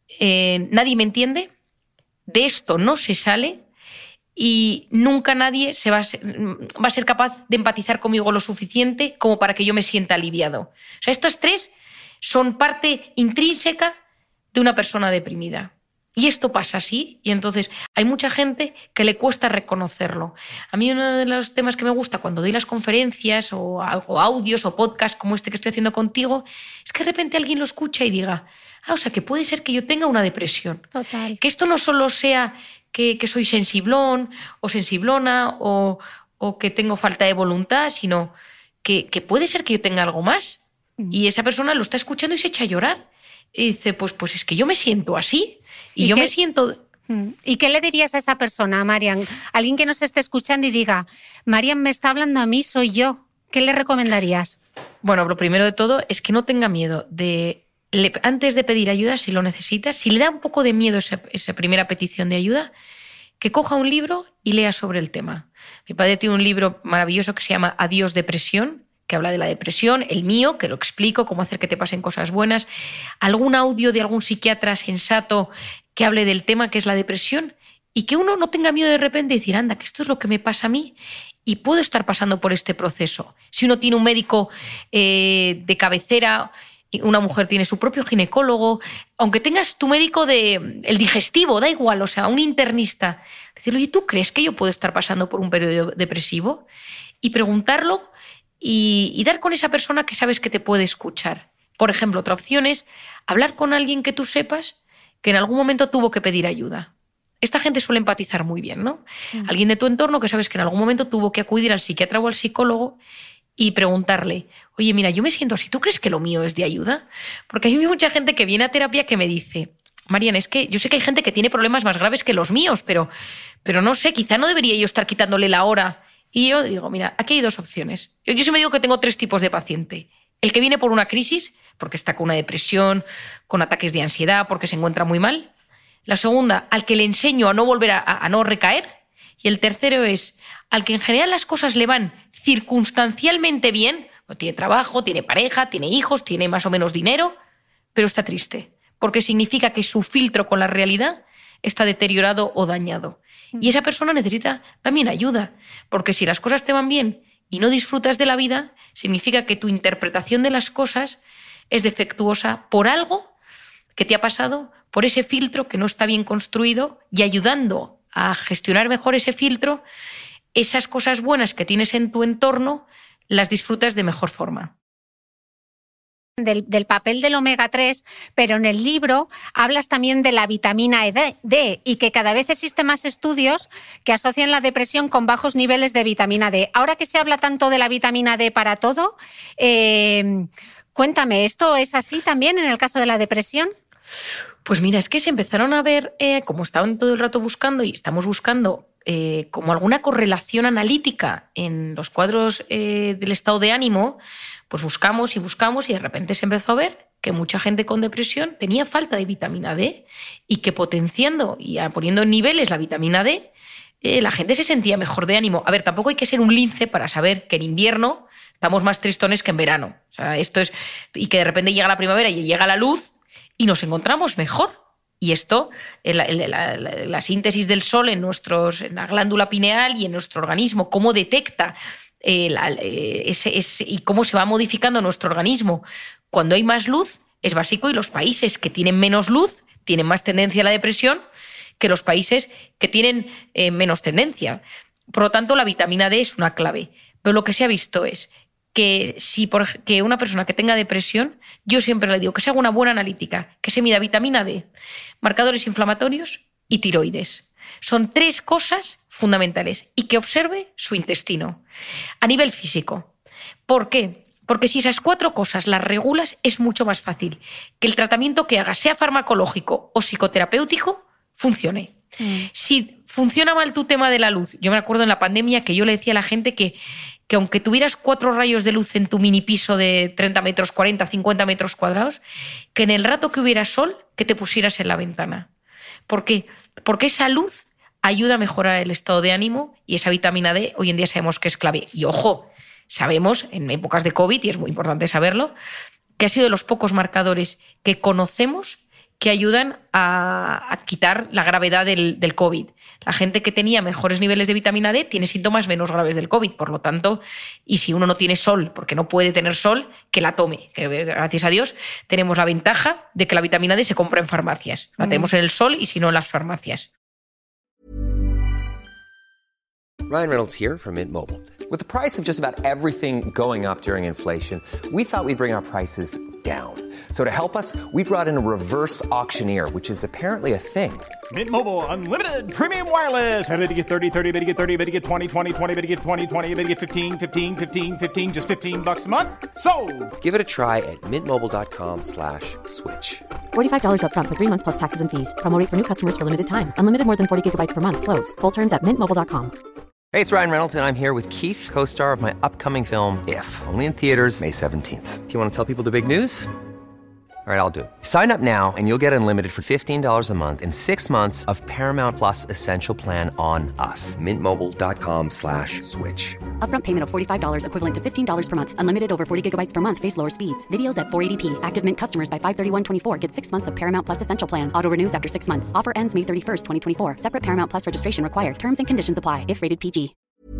nadie me entiende, de esto no se sale y nunca nadie va a ser capaz de empatizar conmigo lo suficiente como para que yo me sienta aliviado. O sea, estas 3 son parte intrínseca de una persona deprimida. Y esto pasa así, y entonces hay mucha gente que le cuesta reconocerlo. A mí uno de los temas que me gusta cuando doy las conferencias o audios o podcasts como este que estoy haciendo contigo, es que de repente alguien lo escucha y diga, o sea, que puede ser que yo tenga una depresión. Total. Que esto no solo sea que soy sensiblón o sensiblona o que tengo falta de voluntad, sino que puede ser que yo tenga algo más. Y esa persona lo está escuchando y se echa a llorar. Y dice, pues es que yo me siento así. Y yo me siento... ¿Y qué le dirías a esa persona, Marian? Alguien que nos esté escuchando y diga, Marian me está hablando a mí, soy yo. ¿Qué le recomendarías? Bueno, lo primero de todo es que no tenga miedo antes de pedir ayuda, si lo necesitas, si le da un poco de miedo esa primera petición de ayuda, que coja un libro y lea sobre el tema. Mi padre tiene un libro maravilloso que se llama Adiós depresión, que habla de la depresión, el mío, que lo explico, cómo hacer que te pasen cosas buenas, algún audio de algún psiquiatra sensato que hable del tema que es la depresión y que uno no tenga miedo de repente de decir, anda, que esto es lo que me pasa a mí y puedo estar pasando por este proceso. Si uno tiene un médico de cabecera, una mujer tiene su propio ginecólogo, aunque tengas tu médico el digestivo, da igual, o sea, un internista, decirle, oye, ¿tú crees que yo puedo estar pasando por un periodo depresivo? Y preguntarlo y dar con esa persona que sabes que te puede escuchar. Por ejemplo, otra opción es hablar con alguien que tú sepas que en algún momento tuvo que pedir ayuda. Esta gente suele empatizar muy bien, ¿no? Alguien de tu entorno que sabes que en algún momento tuvo que acudir al psiquiatra o al psicólogo y preguntarle, oye, mira, yo me siento así, ¿tú crees que lo mío es de ayuda? Porque hay mucha gente que viene a terapia que me dice, Marian, es que yo sé que hay gente que tiene problemas más graves que los míos, pero no sé, quizá no debería yo estar quitándole la hora. Y yo digo, mira, aquí hay 2 opciones. Yo siempre digo que tengo 3 tipos de paciente. El que viene por una crisis, porque está con una depresión, con ataques de ansiedad, porque se encuentra muy mal. La segunda, al que le enseño a no volver a no recaer. Y el tercero es al que en general las cosas le van circunstancialmente bien, tiene trabajo, tiene pareja, tiene hijos, tiene más o menos dinero, pero está triste, porque significa que su filtro con la realidad está deteriorado o dañado. Y esa persona necesita también ayuda, porque si las cosas te van bien y no disfrutas de la vida, significa que tu interpretación de las cosas es defectuosa por algo que te ha pasado, por ese filtro que no está bien construido, y ayudando a gestionar mejor ese filtro, esas cosas buenas que tienes en tu entorno las disfrutas de mejor forma. Del papel del omega 3, pero en el libro hablas también de la vitamina D y que cada vez existen más estudios que asocian la depresión con bajos niveles de vitamina D. Ahora que se habla tanto de la vitamina D para todo, cuéntame, ¿esto es así también en el caso de la depresión? Pues mira, es que se empezaron a ver, como estaban todo el rato buscando y estamos buscando como alguna correlación analítica en los cuadros del estado de ánimo, pues buscamos y buscamos y de repente se empezó a ver que mucha gente con depresión tenía falta de vitamina D y que potenciando y poniendo en niveles la vitamina D, la gente se sentía mejor de ánimo. A ver, tampoco hay que ser un lince para saber que en invierno estamos más tristones que en verano. O sea, esto es... Y que de repente llega la primavera y llega la luz y nos encontramos mejor. Y esto, la síntesis del sol en la glándula pineal y en nuestro organismo, cómo detecta y cómo se va modificando nuestro organismo cuando hay más luz es básico, y los países que tienen menos luz tienen más tendencia a la depresión que los países que tienen menos tendencia. Por lo tanto, la vitamina D es una clave. Pero lo que se ha visto es que que una persona que tenga depresión, yo siempre le digo que se haga una buena analítica, que se mida vitamina D, marcadores inflamatorios y tiroides. Son 3 cosas fundamentales, y que observe su intestino a nivel físico. ¿Por qué? Porque si esas 4 cosas las regulas, es mucho más fácil que el tratamiento que hagas, sea farmacológico o psicoterapéutico, funcione. Si funciona mal tu tema de la luz, yo me acuerdo en la pandemia que yo le decía a la gente que aunque tuvieras 4 rayos de luz en tu mini piso de 30 metros, 40, 50 metros cuadrados, que en el rato que hubiera sol, que te pusieras en la ventana. ¿Por qué? Porque esa luz ayuda a mejorar el estado de ánimo, y esa vitamina D hoy en día sabemos que es clave. Y ojo, sabemos en épocas de COVID, y es muy importante saberlo, que ha sido de los pocos marcadores que conocemos que ayudan a quitar la gravedad del COVID. La gente que tenía mejores niveles de vitamina D tiene síntomas menos graves del COVID, por lo tanto, y si uno no tiene sol, porque no puede tener sol, que la tome. Que gracias a Dios tenemos la ventaja de que la vitamina D se compra en farmacias. La tenemos en el sol y si no en las farmacias. Ryan Reynolds here from Mint Mobile. With the price of just about everything going up during inflation, we thought we'd bring our prices down. So to help us, we brought in a reverse auctioneer, which is apparently a thing. Mint Mobile Unlimited Premium Wireless. How to get 30, 30, bit to get 30, bit to get 20, 20, 20, bit to get 20, 20, bit to get 15, 15, 15, 15, just $15 a month? Sold! Give it a try at mintmobile.com/switch. $45 up front for 3 months plus taxes and fees. Promo rate for new customers for limited time. Unlimited more than 40 gigabytes per month. Slows full terms at mintmobile.com. Hey, it's Ryan Reynolds, and I'm here with Keith, co-star of my upcoming film, If, only in theaters May 17th. Do you want to tell people the big news? All right, I'll do it. Sign up now and you'll get unlimited for $15 a month and 6 months of Paramount Plus Essential Plan on us. mintmobile.com/switch. Upfront payment of $45 equivalent to $15 per month. Unlimited over 40 gigabytes per month. Face lower speeds. Videos at 480p. Active Mint customers by 531.24 get 6 months of Paramount Plus Essential Plan. Auto renews after 6 months. Offer ends May 31st, 2024. Separate Paramount Plus registration required. Terms and conditions apply if rated PG.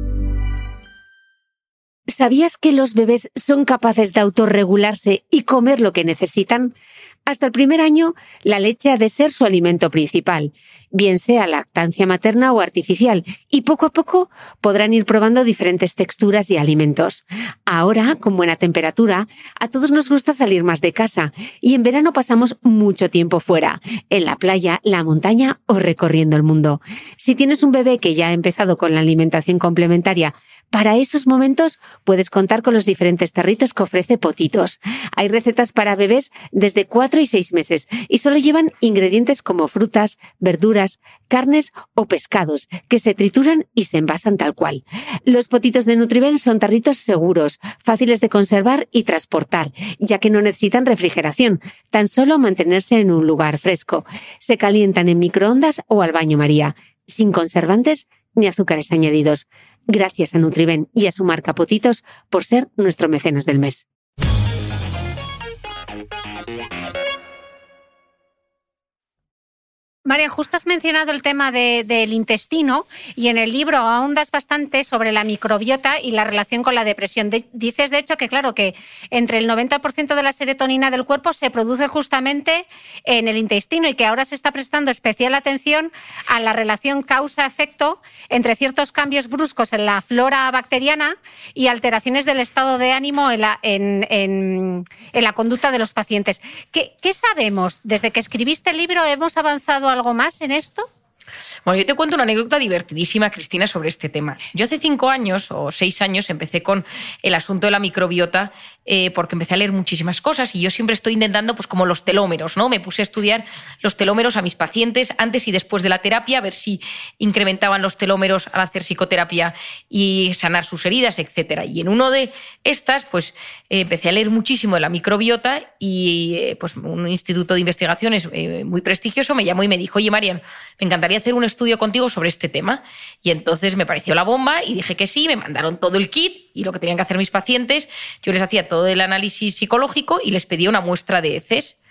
¿Sabías que los bebés son capaces de autorregularse y comer lo que necesitan? Hasta el primer año, la leche ha de ser su alimento principal, bien sea lactancia materna o artificial, y poco a poco podrán ir probando diferentes texturas y alimentos. Ahora, con buena temperatura, a todos nos gusta salir más de casa, y en verano pasamos mucho tiempo fuera, en la playa, la montaña o recorriendo el mundo. Si tienes un bebé que ya ha empezado con la alimentación complementaria, para esos momentos puedes contar con los diferentes tarritos que ofrece Potitos. Hay recetas para bebés desde 4 y 6 meses y solo llevan ingredientes como frutas, verduras, carnes o pescados que se trituran y se envasan tal cual. Los Potitos de Nutriben son tarritos seguros, fáciles de conservar y transportar, ya que no necesitan refrigeración, tan solo mantenerse en un lugar fresco. Se calientan en microondas o al baño María, sin conservantes ni azúcares añadidos. Gracias a Nutriben y a su marca Potitos por ser nuestro mecenas del mes. María, justo has mencionado el tema del intestino y en el libro ahondas bastante sobre la microbiota y la relación con la depresión. Dices, de hecho, que claro, que entre el 90% de la serotonina del cuerpo se produce justamente en el intestino y que ahora se está prestando especial atención a la relación causa-efecto entre ciertos cambios bruscos en la flora bacteriana y alteraciones del estado de ánimo en la conducta de los pacientes. ¿Qué sabemos? Desde que escribiste el libro, ¿hemos avanzado algo más en esto? Bueno, yo te cuento una anécdota divertidísima, Cristina, sobre este tema. Yo hace 5 años o 6 años empecé con el asunto de la microbiota porque empecé a leer muchísimas cosas y yo siempre estoy intentando, pues como los telómeros, ¿no? Me puse a estudiar los telómeros a mis pacientes antes y después de la terapia, a ver si incrementaban los telómeros al hacer psicoterapia y sanar sus heridas, etc. Y en uno de estas, pues empecé a leer muchísimo de la microbiota y pues un instituto de investigaciones muy prestigioso me llamó y me dijo: oye, Marian, me encantaría hacer un estudio contigo sobre este tema. Y entonces me pareció la bomba y dije que sí, me mandaron todo el kit y lo que tenían que hacer mis pacientes, yo les hacía todo el análisis psicológico y les pedía una muestra de heces.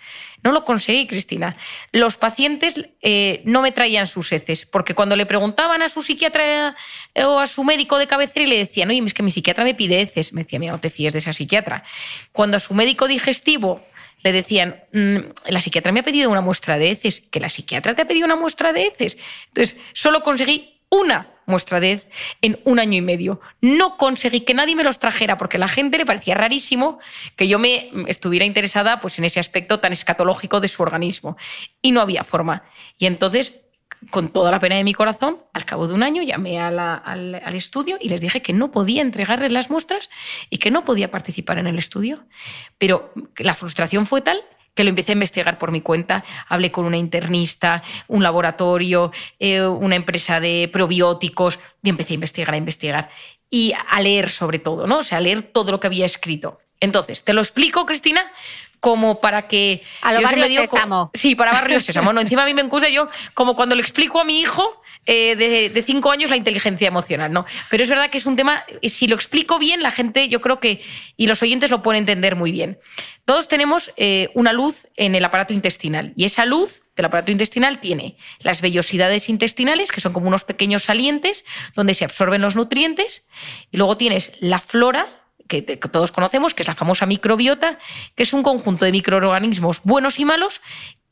No lo conseguí, Cristina. Los pacientes no me traían sus heces, porque cuando le preguntaban a su psiquiatra o a su médico de cabecera y le decían, oye, es que mi psiquiatra me pide heces, me decía, mira, no te fíes de esa psiquiatra. Cuando a su médico digestivo le decían, la psiquiatra me ha pedido una muestra de heces, que la psiquiatra te ha pedido una muestra de heces. Entonces, solo conseguí una muestra de hez en 1 año y medio. No conseguí que nadie me los trajera porque a la gente le parecía rarísimo que yo me estuviera interesada pues, en ese aspecto tan escatológico de su organismo. Y no había forma. Y entonces, con toda la pena de mi corazón, al cabo de 1 año llamé al estudio y les dije que no podía entregarles las muestras y que no podía participar en el estudio. Pero la frustración fue tal que lo empecé a investigar por mi cuenta. Hablé con una internista, un laboratorio, una empresa de probióticos y empecé a investigar y a leer sobre todo, ¿no? O sea, a leer todo lo que había escrito. Entonces, te lo explico, Cristina, como para que... A lo Barrio Sésamo. Sí, para Barrio Sésamo. No, encima a mí me gusta yo como cuando le explico a mi hijo de 5 años la inteligencia emocional, ¿no? Pero es verdad que es un tema, si lo explico bien, la gente, yo creo que, y los oyentes lo pueden entender muy bien. Todos tenemos una luz en el aparato intestinal y esa luz del aparato intestinal tiene las vellosidades intestinales, que son como unos pequeños salientes donde se absorben los nutrientes, y luego tienes la flora, que todos conocemos, que es la famosa microbiota, que es un conjunto de microorganismos buenos y malos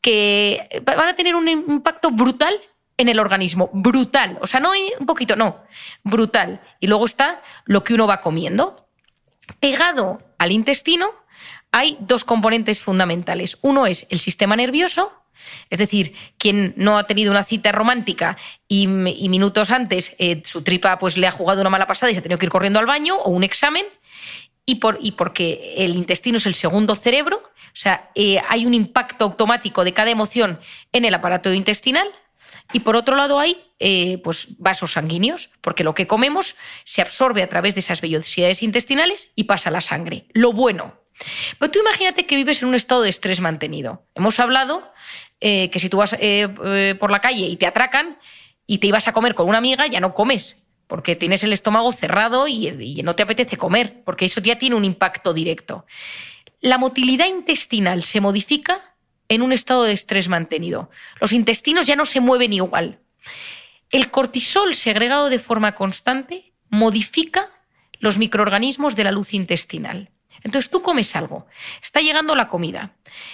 que van a tener un impacto brutal en el organismo. Brutal. O sea, no un poquito, no. Brutal. Y luego está lo que uno va comiendo. Pegado al intestino hay 2 componentes fundamentales. Uno es el sistema nervioso, es decir, quien no ha tenido una cita romántica y minutos antes su tripa pues, le ha jugado una mala pasada y se ha tenido que ir corriendo al baño o un examen, y porque el intestino es el segundo cerebro, o sea, hay un impacto automático de cada emoción en el aparato intestinal, y por otro lado hay pues vasos sanguíneos, porque lo que comemos se absorbe a través de esas vellosidades intestinales y pasa a la sangre. Lo bueno. Pero tú imagínate que vives en un estado de estrés mantenido. Hemos hablado que si tú vas por la calle y te atracan y te ibas a comer con una amiga, ya no comes, porque tienes el estómago cerrado y no te apetece comer, porque eso ya tiene un impacto directo. La motilidad intestinal se modifica en un estado de estrés mantenido. Los intestinos ya no se mueven igual. El cortisol segregado de forma constante modifica los microorganismos de la luz intestinal. Entonces tú comes algo, está llegando la comida,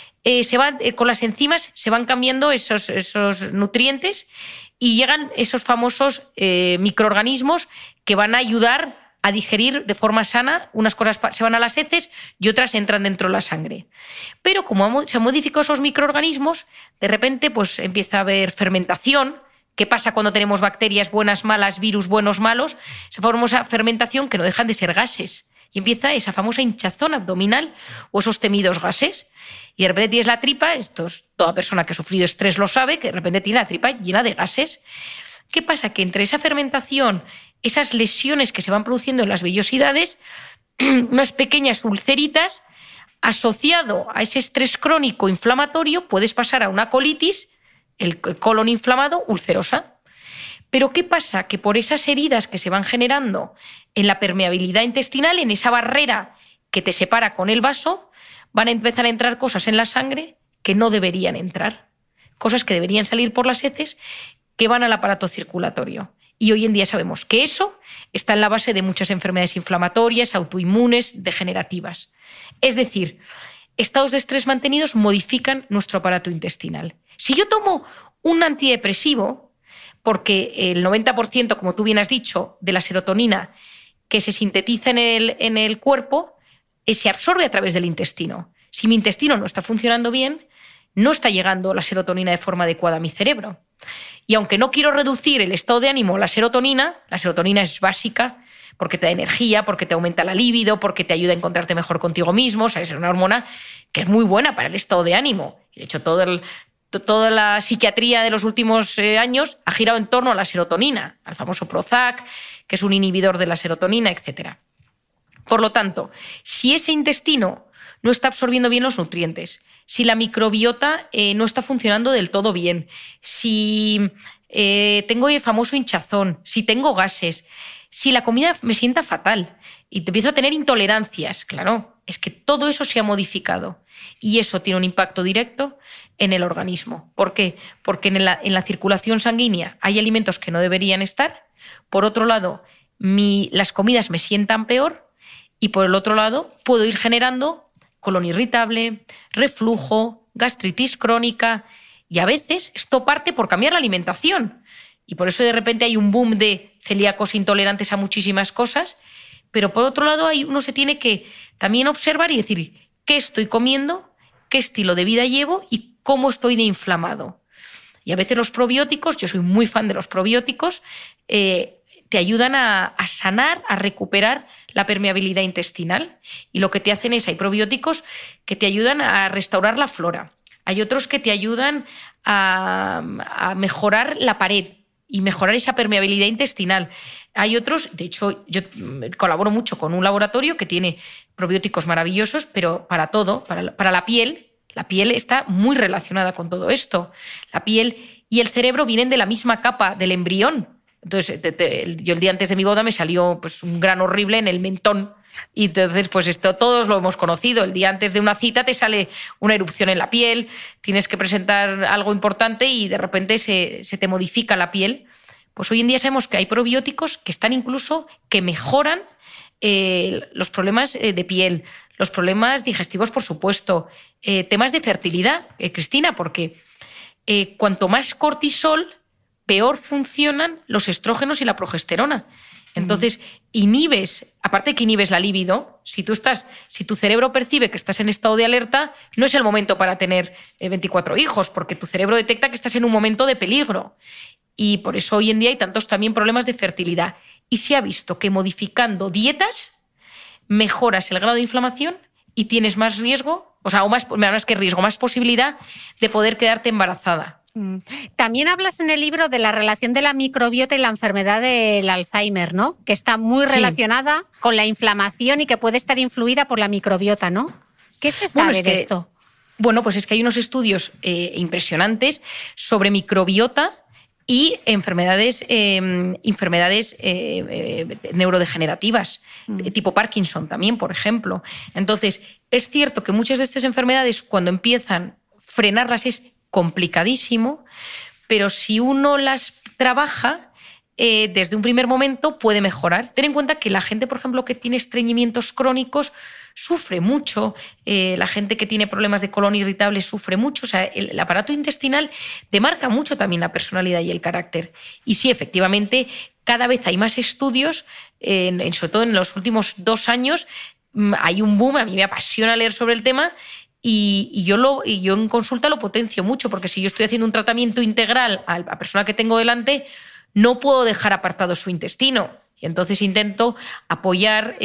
con las enzimas se van cambiando esos nutrientes y llegan esos famosos microorganismos que van a ayudar a digerir de forma sana. Unas cosas se van a las heces y otras entran dentro de la sangre. Pero como se han modificado esos microorganismos, de repente pues, empieza a haber fermentación. ¿Qué pasa cuando tenemos bacterias buenas, malas, virus buenos, malos? Esa famosa fermentación que no dejan de ser gases. Y empieza esa famosa hinchazón abdominal o esos temidos gases. Y de repente tienes la tripa, toda persona que ha sufrido estrés lo sabe, que de repente tiene la tripa llena de gases. ¿Qué pasa? Que entre esa fermentación, esas lesiones que se van produciendo en las vellosidades, unas pequeñas ulceritas, asociado a ese estrés crónico inflamatorio, puedes pasar a una colitis, el colon inflamado, ulcerosa. Pero ¿qué pasa? Que por esas heridas que se van generando en la permeabilidad intestinal, en esa barrera que te separa con el vaso, van a empezar a entrar cosas en la sangre que no deberían entrar. Cosas que deberían salir por las heces que van al aparato circulatorio. Y hoy en día sabemos que eso está en la base de muchas enfermedades inflamatorias, autoinmunes, degenerativas. Es decir, estados de estrés mantenidos modifican nuestro aparato intestinal. Si yo tomo un antidepresivo, porque el 90%, como tú bien has dicho, de la serotonina que se sintetiza en el cuerpo se absorbe a través del intestino. Si mi intestino no está funcionando bien, no está llegando la serotonina de forma adecuada a mi cerebro. Y aunque no quiero reducir el estado de ánimo, la serotonina es básica porque te da energía, porque te aumenta la libido, porque te ayuda a encontrarte mejor contigo mismo. O sea, es una hormona que es muy buena para el estado de ánimo. De hecho, toda la psiquiatría de los últimos años ha girado en torno a la serotonina, al famoso Prozac, que es un inhibidor de la serotonina, etc. Por lo tanto, si ese intestino no está absorbiendo bien los nutrientes, si la microbiota no está funcionando del todo bien, si tengo el famoso hinchazón, si tengo gases, si la comida me sienta fatal y te empiezo a tener intolerancias, claro, es que todo eso se ha modificado y eso tiene un impacto directo en el organismo. ¿Por qué? Porque en la circulación sanguínea hay alimentos que no deberían estar. Por otro lado, las comidas me sientan peor y por el otro lado puedo ir generando colon irritable, reflujo, gastritis crónica y a veces esto parte por cambiar la alimentación. Y por eso de repente hay un boom de celíacos intolerantes a muchísimas cosas, pero por otro lado uno se tiene que también observar y decir qué estoy comiendo, qué estilo de vida llevo y cómo estoy de inflamado. Y a veces los probióticos, yo soy muy fan de los probióticos, te ayudan a sanar, a recuperar la permeabilidad intestinal. Y lo que te hacen hay probióticos que te ayudan a restaurar la flora. Hay otros que te ayudan a mejorar la pared y mejorar esa permeabilidad intestinal. Hay otros, de hecho, yo colaboro mucho con un laboratorio que tiene probióticos maravillosos, pero para todo, para la piel está muy relacionada con todo esto. La piel y el cerebro vienen de la misma capa del embrión. Entonces, yo el día antes de mi boda me salió pues, un grano horrible en el mentón. Y entonces, pues esto todos lo hemos conocido. El día antes de una cita te sale una erupción en la piel, tienes que presentar algo importante y de repente se te modifica la piel. Pues hoy en día sabemos que hay probióticos que están incluso que mejoran los problemas de piel, los problemas digestivos, por supuesto, temas de fertilidad, Cristina, porque cuanto más cortisol, peor funcionan los estrógenos y la progesterona. Entonces, aparte de que inhibes la libido, si tu cerebro percibe que estás en estado de alerta, no es el momento para tener 24 hijos, porque tu cerebro detecta que estás en un momento de peligro. Y por eso hoy en día hay tantos también problemas de fertilidad. Y se ha visto que modificando dietas mejoras el grado de inflamación y tienes más riesgo, más que riesgo, más posibilidad de poder quedarte embarazada. También hablas en el libro de la relación de la microbiota y la enfermedad del Alzheimer, ¿no? Que está muy relacionada con la inflamación y que puede estar influida por la microbiota, ¿no? ¿Qué se sabe de esto? Bueno, pues es que hay unos estudios impresionantes sobre microbiota y enfermedades neurodegenerativas, tipo Parkinson también, por ejemplo. Entonces, es cierto que muchas de estas enfermedades, cuando empiezan, frenarlas es complicadísimo, pero si uno las trabaja desde un primer momento puede mejorar. Ten en cuenta que la gente, por ejemplo, que tiene estreñimientos crónicos sufre mucho, la gente que tiene problemas de colon irritable sufre mucho, o sea, el aparato intestinal demarca mucho también la personalidad y el carácter. Y sí, efectivamente, cada vez hay más estudios, sobre todo en los últimos 2 años, hay un boom, a mí me apasiona leer sobre el tema. Y yo en consulta lo potencio mucho, porque si yo estoy haciendo un tratamiento integral a la persona que tengo delante, no puedo dejar apartado su intestino. Y entonces intento apoyar,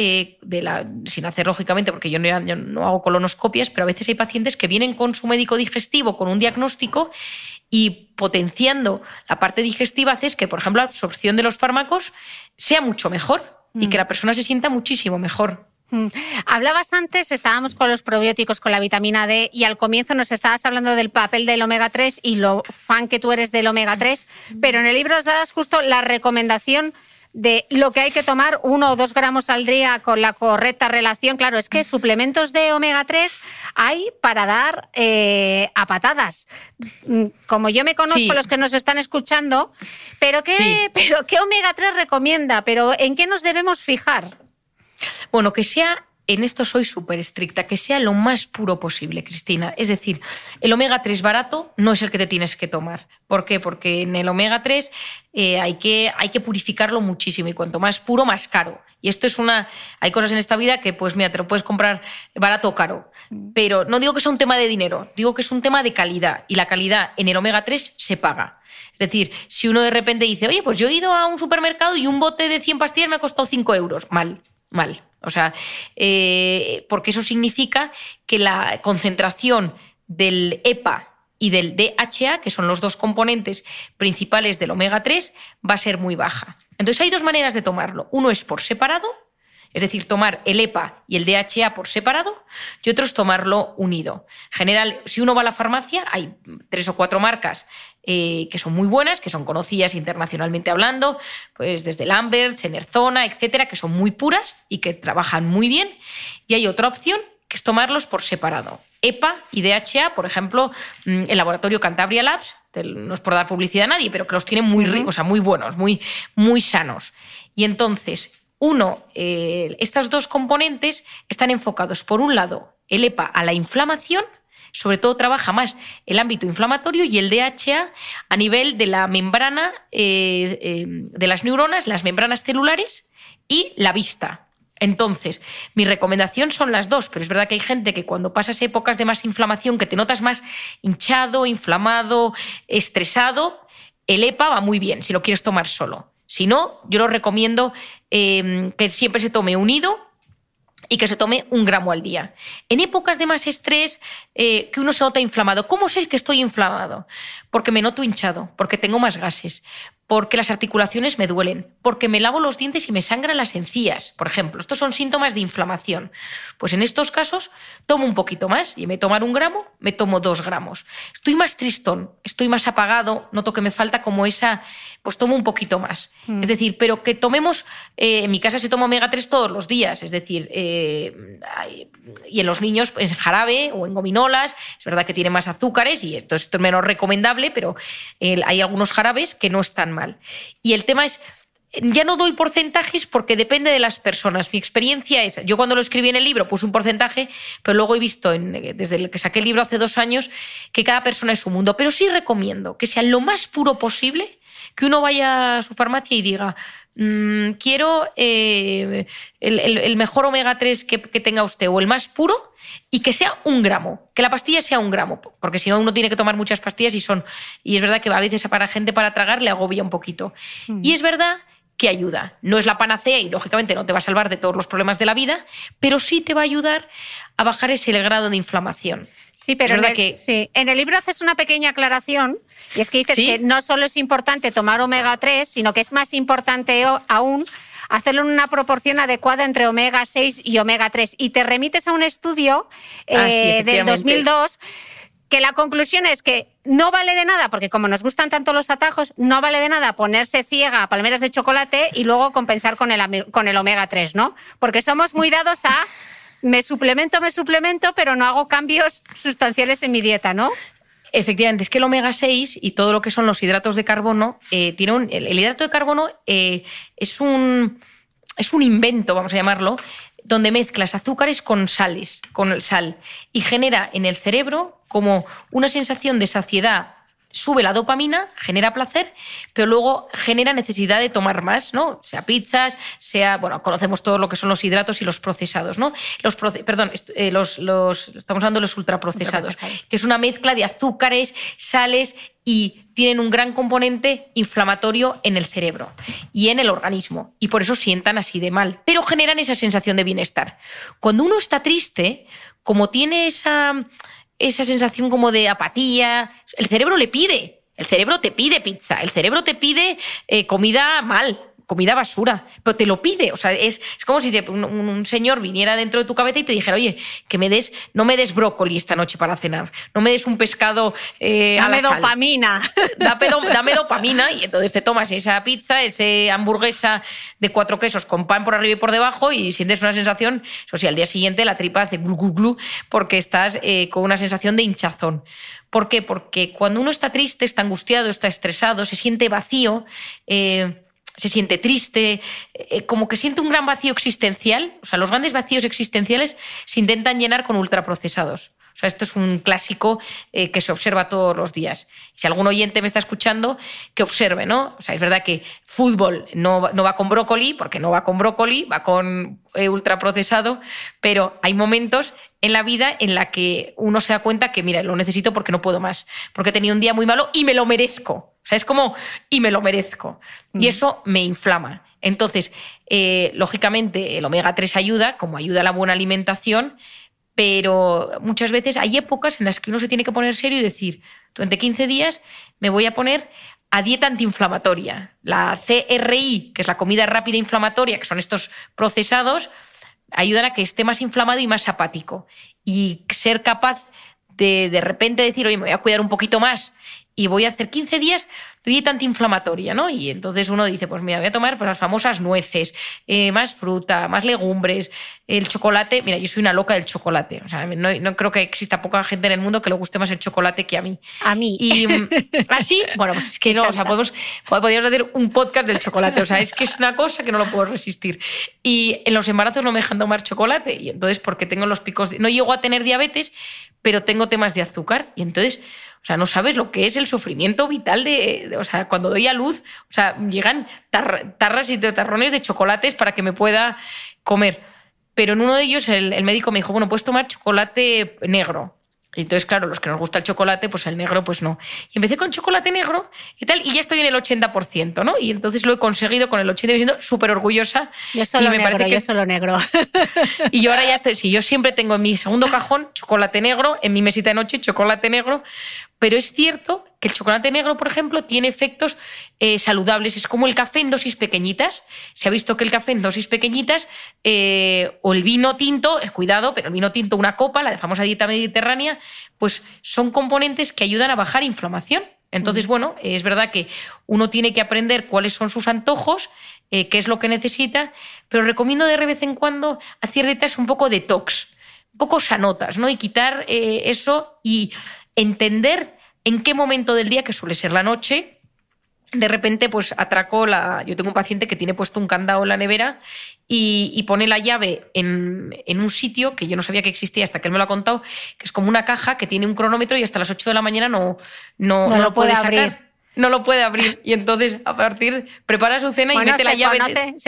sin hacer lógicamente, porque yo no hago colonoscopias, pero a veces hay pacientes que vienen con su médico digestivo, con un diagnóstico, y potenciando la parte digestiva haces que, por ejemplo, la absorción de los fármacos sea mucho mejor y que la persona se sienta muchísimo mejor. Hablabas antes, estábamos con los probióticos, con la vitamina D, y al comienzo nos estabas hablando del papel del omega 3 y lo fan que tú eres del omega 3, pero en el libro os das justo la recomendación de lo que hay que tomar, 1 o 2 gramos al día con la correcta relación. Claro, es que suplementos de omega 3 hay para dar a patadas. Como yo me conozco, los que nos están escuchando, ¿pero qué omega 3 recomienda? ¿Pero en qué nos debemos fijar? Bueno, que sea, en esto soy súper estricta, que sea lo más puro posible, Cristina. Es decir, el omega 3 barato no es el que te tienes que tomar. ¿Por qué? Porque en el omega 3 hay que purificarlo muchísimo y cuanto más puro, más caro. Y esto hay cosas en esta vida que, pues mira, te lo puedes comprar barato o caro. Pero no digo que sea un tema de dinero, digo que es un tema de calidad. Y la calidad en el omega 3 se paga. Es decir, si uno de repente dice, oye, pues yo he ido a un supermercado y un bote de 100 pastillas me ha costado 5 euros. Mal. O sea, porque eso significa que la concentración del EPA y del DHA, que son los 2 componentes principales del omega 3, va a ser muy baja. Entonces hay 2 maneras de tomarlo. Uno es por separado Es decir, tomar el EPA y el DHA por separado y otro es tomarlo unido. En general, si uno va a la farmacia, hay 3 o 4 marcas que son muy buenas, que son conocidas internacionalmente hablando, pues desde Lambert, Enerzona, etcétera, que son muy puras y que trabajan muy bien. Y hay otra opción, que es tomarlos por separado. EPA y DHA, por ejemplo, el laboratorio Cantabria Labs, no es por dar publicidad a nadie, pero que los tiene muy ricos, o sea, muy buenos, muy, muy sanos. Y entonces, estos dos componentes están enfocados, por un lado, el EPA a la inflamación, sobre todo trabaja más el ámbito inflamatorio, y el DHA a nivel de la membrana de las neuronas, las membranas celulares y la vista. Entonces, mi recomendación son las dos, pero es verdad que hay gente que cuando pasas épocas de más inflamación, que te notas más hinchado, inflamado, estresado, el EPA va muy bien si lo quieres tomar solo. Si no, yo lo recomiendo que siempre se tome unido y que se tome 1 gramo al día. En épocas de más estrés, que uno se nota inflamado. ¿Cómo sé que estoy inflamado? Porque me noto hinchado, porque tengo más gases, porque las articulaciones me duelen, porque me lavo los dientes y me sangran las encías, por ejemplo. Estos son síntomas de inflamación. Pues en estos casos tomo un poquito más, y en vez de tomar 1 gramo, me tomo 2 gramos. Estoy más tristón, estoy más apagado, noto que me falta como esa, pues tomo un poquito más. Es decir, pero que tomemos, en mi casa se toma omega 3 todos los días, es decir, y en los niños en jarabe o en gominolas, es verdad que tiene más azúcares y esto es menos recomendable, pero hay algunos jarabes que no están mal. Y el tema es, ya no doy porcentajes porque depende de las personas. Mi experiencia es, yo cuando lo escribí en el libro puse un porcentaje, pero luego he visto, desde el que saqué el libro hace 2 años, que cada persona es su mundo. Pero sí recomiendo que sea lo más puro posible, que uno vaya a su farmacia y diga, quiero el mejor omega 3 que tenga usted, o el más puro, y que sea 1 gramo, que la pastilla sea 1 gramo, porque si no uno tiene que tomar muchas pastillas y es verdad que a veces para gente para tragar le agobia un poquito. Y es verdad que ayuda. No es la panacea y, lógicamente, no te va a salvar de todos los problemas de la vida, pero sí te va a ayudar a bajar ese grado de inflamación. Sí, pero en el libro haces una pequeña aclaración, y es que dices que no solo es importante tomar omega 3, sino que es más importante aún hacerlo en una proporción adecuada entre omega 6 y omega 3. Y te remites a un estudio del 2002, que la conclusión es que no vale de nada, porque como nos gustan tanto los atajos, no vale de nada ponerse ciega a palmeras de chocolate y luego compensar con el omega 3, ¿no? Porque somos muy dados a me suplemento, pero no hago cambios sustanciales en mi dieta, ¿no? Efectivamente, es que el omega 6 y todo lo que son los hidratos de carbono, el hidrato de carbono es un invento, vamos a llamarlo, donde mezclas azúcares con sal, y genera en el cerebro como una sensación de saciedad. Sube la dopamina, genera placer, pero luego genera necesidad de tomar más, ¿no? Sea pizzas, conocemos todo lo que son los hidratos y los procesados, ¿no? Estamos hablando de los ultraprocesados, que es una mezcla de azúcares, sales, y tienen un gran componente inflamatorio en el cerebro y en el organismo, y por eso sientan así de mal, pero generan esa sensación de bienestar. Cuando uno está triste, como tiene esa sensación como de apatía, el cerebro te pide pizza, el cerebro te pide comida basura, pero te lo pide. O sea, es como si un señor viniera dentro de tu cabeza y te dijera, oye, no me des brócoli esta noche para cenar, no me des un pescado a la sal. Dopamina. Dame dopamina, y entonces te tomas esa pizza, esa hamburguesa de 4 quesos con pan por arriba y por debajo, y sientes una sensación, eso sí, al día siguiente la tripa hace glu, glu, glu, porque estás con una sensación de hinchazón. ¿Por qué? Porque cuando uno está triste, está angustiado, está estresado, se siente vacío, se siente triste, como que siente un gran vacío existencial. O sea, los grandes vacíos existenciales se intentan llenar con ultraprocesados. O sea, esto es un clásico que se observa todos los días. Si algún oyente me está escuchando, que observe, ¿no? O sea, es verdad que fútbol no va con brócoli, porque no va con brócoli, va con ultraprocesado, pero hay momentos en la vida en la que uno se da cuenta que, mira, lo necesito porque no puedo más, porque he tenido un día muy malo y me lo merezco. O sea, es como, y me lo merezco. Y eso me inflama. Entonces, lógicamente, el omega 3 ayuda, como ayuda la buena alimentación, pero muchas veces hay épocas en las que uno se tiene que poner serio y decir, durante 15 días me voy a poner a dieta antiinflamatoria. La CRI, que es la comida rápida inflamatoria, que son estos procesados, ayudan a que esté más inflamado y más apático. Y ser capaz de repente decir, oye, me voy a cuidar un poquito más y voy a hacer 15 días de dieta antiinflamatoria, ¿no? Y entonces uno dice, pues mira, voy a tomar pues, las famosas nueces, más fruta, más legumbres, el chocolate. Mira, yo soy una loca del chocolate. O sea, no creo que exista poca gente en el mundo que le guste más el chocolate que a mí. A mí. Y así, bueno, pues es que no, o sea, podríamos hacer un podcast del chocolate. O sea, es que es una cosa que no lo puedo resistir. Y en los embarazos no me dejan tomar chocolate. Y entonces, porque tengo los picos, no llego a tener diabetes, pero tengo temas de azúcar. Y entonces, o sea, no sabes lo que es el sufrimiento vital o sea, cuando doy a luz, o sea, llegan tarras y tarrones de chocolates para que me pueda comer. Pero en uno de ellos el médico me dijo, bueno, puedes tomar chocolate negro. Y entonces, claro, los que nos gusta el chocolate, pues el negro, pues no. Y empecé con chocolate negro y tal, y ya estoy en el 80%, ¿no? Y entonces lo he conseguido con el 80%, súper orgullosa. Yo solo negro. Y yo ahora ya estoy, sí, yo siempre tengo en mi segundo cajón chocolate negro, en mi mesita de noche chocolate negro, pero es cierto que el chocolate negro, por ejemplo, tiene efectos saludables. Es como el café en dosis pequeñitas. Se ha visto que el café en dosis pequeñitas o el vino tinto, cuidado, pero el vino tinto, una copa, la famosa dieta mediterránea, pues son componentes que ayudan a bajar inflamación. Entonces, bueno, es verdad que uno tiene que aprender cuáles son sus antojos, qué es lo que necesita, pero recomiendo de vez en cuando hacer dietas un poco detox, un poco sanotas, ¿no? Y quitar eso y entender en qué momento del día, que suele ser la noche, de repente pues atracó yo tengo un paciente que tiene puesto un candado en la nevera y pone la llave en un sitio que yo no sabía que existía hasta que él me lo ha contado, que es como una caja que tiene un cronómetro y hasta las 8 de la mañana no lo puede sacar. Abrir. No lo puede abrir. Y entonces, a partir, prepara su cena y mete la llave.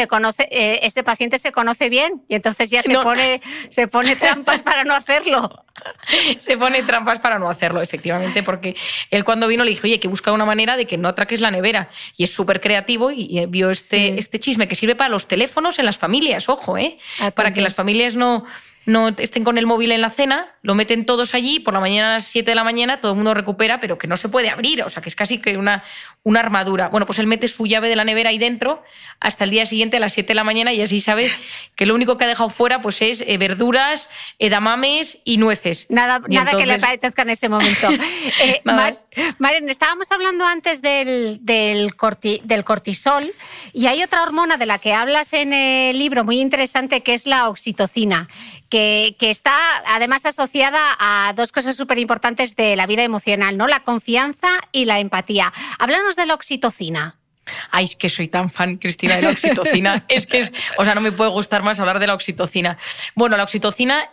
Ese paciente se conoce bien y entonces ya se pone trampas para no hacerlo. Se pone trampas para no hacerlo, efectivamente, porque él cuando vino le dije, oye, hay que buscar una manera de que no atraques la nevera. Y es súper creativo y vio este chisme que sirve para los teléfonos en las familias, ojo, para que las familias no estén con el móvil en la cena, lo meten todos allí, por la mañana a las 7 de la mañana todo el mundo recupera, pero que no se puede abrir, o sea, que es casi que una armadura. Bueno, pues él mete su llave de la nevera ahí dentro hasta el día siguiente a las 7 de la mañana y así sabe que lo único que ha dejado fuera pues es verduras, edamames y nueces. Nada que le apetezca en ese momento. Maren, estábamos hablando antes del cortisol y hay otra hormona de la que hablas en el libro muy interesante que es la oxitocina, que está además asociada a dos cosas súper importantes de la vida emocional, ¿no? La confianza y la empatía. Háblanos de la oxitocina. Ay, es que soy tan fan, Cristina, de la oxitocina. O sea, no me puede gustar más hablar de la oxitocina. Bueno, la oxitocina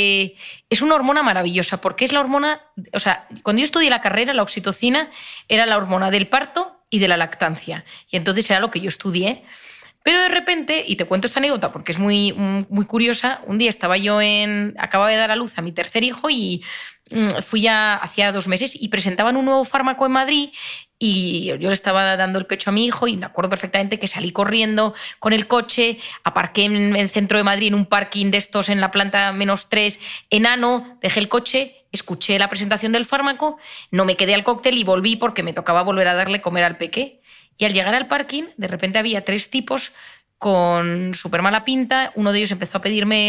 es una hormona maravillosa porque es la hormona... O sea, cuando yo estudié la carrera, la oxitocina era la hormona del parto y de la lactancia. Y entonces era lo que yo estudié. Pero de repente, y te cuento esta anécdota porque es muy, muy curiosa, un día acababa de dar a luz a mi tercer hijo y fui ya hacía 2 meses y presentaban un nuevo fármaco en Madrid y yo le estaba dando el pecho a mi hijo y me acuerdo perfectamente que salí corriendo con el coche, aparqué en el centro de Madrid en un parking de estos en la planta -3, enano, dejé el coche, escuché la presentación del fármaco, no me quedé al cóctel y volví porque me tocaba volver a darle comer al peque. Y al llegar al parking, de repente había 3 tipos con súper mala pinta. Uno de ellos empezó a pedirme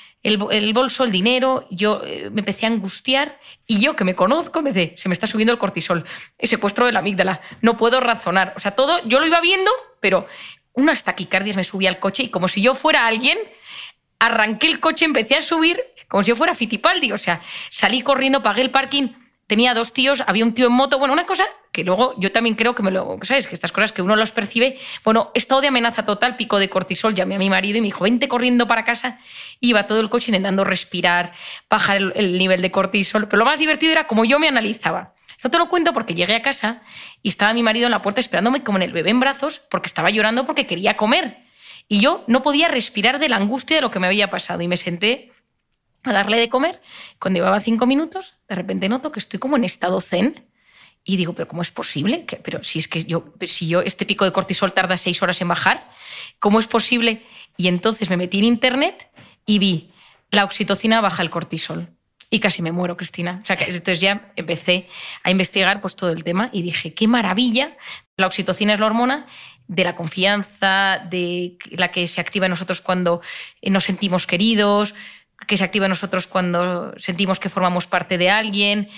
el bolso, el dinero. Yo me empecé a angustiar y yo, que me conozco, me dice, se me está subiendo el cortisol, el secuestro de la amígdala, no puedo razonar. O sea, todo, yo lo iba viendo, pero unas taquicardias me subí al coche y como si yo fuera alguien, arranqué el coche, empecé a subir como si yo fuera Fittipaldi. O sea, salí corriendo, pagué el parking. Tenía 2 tíos, había un tío en moto. Bueno, una cosa que luego yo también creo que ¿sabes? Que estas cosas que uno las percibe. Bueno, estado de amenaza total, pico de cortisol. Llamé a mi marido y me dijo, vente corriendo para casa. Iba todo el coche intentando respirar, bajar el nivel de cortisol. Pero lo más divertido era como yo me analizaba. Esto te lo cuento porque llegué a casa y estaba mi marido en la puerta esperándome como en el bebé en brazos porque estaba llorando porque quería comer. Y yo no podía respirar de la angustia de lo que me había pasado. Y me senté a darle de comer. Cuando llevaba 5 minutos, de repente noto que estoy como en estado zen y digo, ¿pero cómo es posible? Pero si es que si este pico de cortisol tarda 6 horas en bajar, ¿cómo es posible? Y entonces me metí en internet y vi la oxitocina baja el cortisol. Y casi me muero, Cristina. O sea, entonces ya empecé a investigar pues, todo el tema y dije, qué maravilla. La oxitocina es la hormona de la confianza, de la que se activa en nosotros cuando nos sentimos queridos, que se activa en nosotros cuando sentimos que formamos parte de alguien.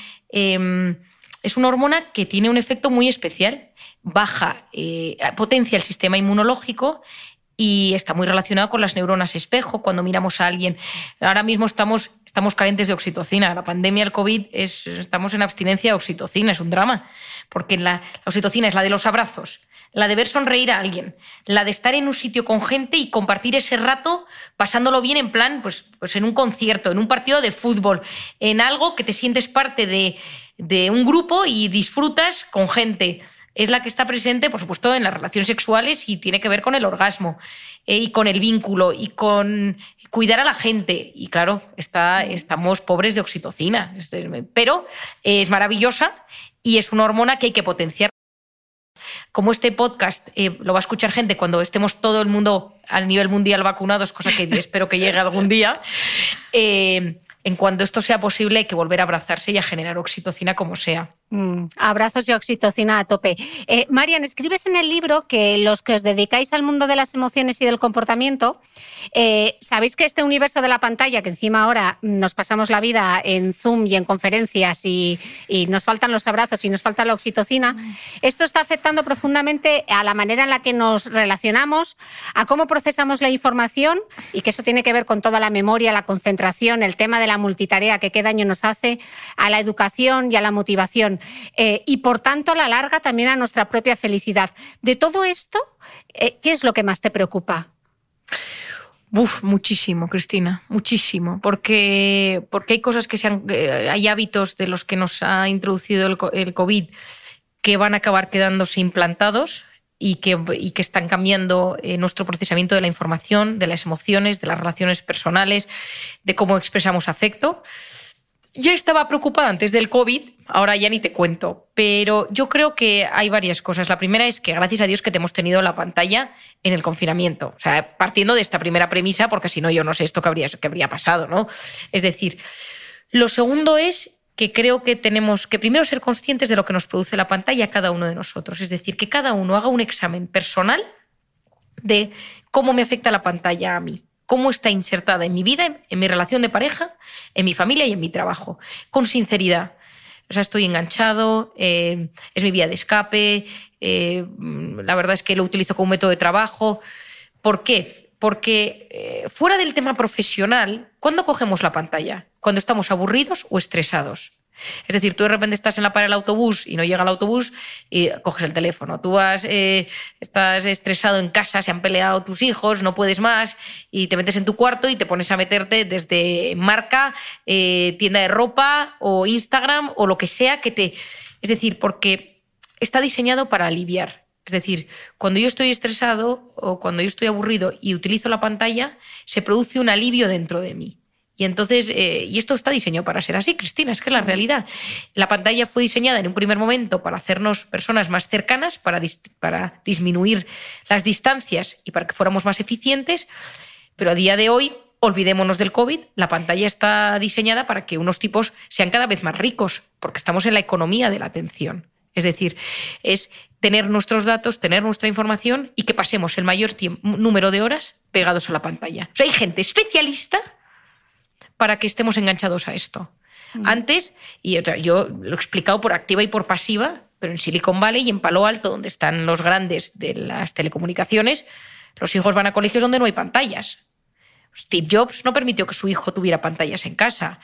Es una hormona que tiene un efecto muy especial. Baja, potencia el sistema inmunológico y está muy relacionado con las neuronas espejo. Cuando miramos a alguien, ahora mismo estamos carentes de oxitocina. La pandemia, el COVID, estamos en abstinencia de oxitocina, es un drama, porque la oxitocina es la de los abrazos, la de ver sonreír a alguien, la de estar en un sitio con gente y compartir ese rato pasándolo bien en plan, pues en un concierto, en un partido de fútbol, en algo que te sientes parte de un grupo y disfrutas con gente. Es la que está presente, por supuesto, en las relaciones sexuales y tiene que ver con el orgasmo y con el vínculo y con cuidar a la gente. Y claro, estamos pobres de oxitocina, pero es maravillosa y es una hormona que hay que potenciar. Como este podcast lo va a escuchar gente cuando estemos todo el mundo a nivel mundial vacunados, cosa que espero que llegue algún día, en cuanto esto sea posible hay que volver a abrazarse y a generar oxitocina como sea. Abrazos y oxitocina a tope. Marian, escribes en el libro que los que os dedicáis al mundo de las emociones y del comportamiento, sabéis que este universo de la pantalla, que encima ahora nos pasamos la vida en Zoom y en conferencias y nos faltan los abrazos y nos falta la oxitocina, esto está afectando profundamente a la manera en la que nos relacionamos, a cómo procesamos la información y que eso tiene que ver con toda la memoria, la concentración, el tema de la multitarea que qué daño nos hace, a la educación y a la motivación. Y por tanto a la larga también a nuestra propia felicidad. De todo esto, ¿qué es lo que más te preocupa? Muchísimo, Cristina, muchísimo, porque hay cosas hay hábitos de los que nos ha introducido el COVID que van a acabar quedándose implantados y que están cambiando nuestro procesamiento de la información, de las emociones, de las relaciones personales, de cómo expresamos afecto. Ya estaba preocupada antes del COVID, ahora ya ni te cuento, pero yo creo que hay varias cosas. La primera es que gracias a Dios que te hemos tenido la pantalla en el confinamiento. O sea, partiendo de esta primera premisa, porque si no yo no sé esto que habría pasado, ¿no? Es decir, lo segundo es que creo que tenemos que primero ser conscientes de lo que nos produce la pantalla cada uno de nosotros. Es decir, que cada uno haga un examen personal de cómo me afecta la pantalla a mí. Cómo está insertada en mi vida, en mi relación de pareja, en mi familia y en mi trabajo. Con sinceridad. O sea, estoy enganchado, es mi vía de escape, la verdad es que lo utilizo como método de trabajo. ¿Por qué? Porque fuera del tema profesional, ¿cuándo cogemos la pantalla? Cuando estamos aburridos o estresados. Es decir, tú de repente estás en la parada del autobús y no llega el autobús y coges el teléfono. Tú estás estresado en casa, se han peleado tus hijos, no puedes más y te metes en tu cuarto y te pones a meterte desde marca, tienda de ropa o Instagram o lo que sea Es decir, porque está diseñado para aliviar. Es decir, cuando yo estoy estresado o cuando yo estoy aburrido y utilizo la pantalla, se produce un alivio dentro de mí. Y entonces, y esto está diseñado para ser así, Cristina, es que es la realidad. La pantalla fue diseñada en un primer momento para hacernos personas más cercanas, para disminuir las distancias y para que fuéramos más eficientes, pero a día de hoy, olvidémonos del COVID, la pantalla está diseñada para que unos tipos sean cada vez más ricos, porque estamos en la economía de la atención. Es decir, es tener nuestros datos, tener nuestra información y que pasemos el mayor número de horas pegados a la pantalla. O sea, hay gente especialista para que estemos enganchados a esto. Antes, y yo lo he explicado por activa y por pasiva, pero en Silicon Valley y en Palo Alto, donde están los grandes de las telecomunicaciones, los hijos van a colegios donde no hay pantallas. Steve Jobs no permitió que su hijo tuviera pantallas en casa.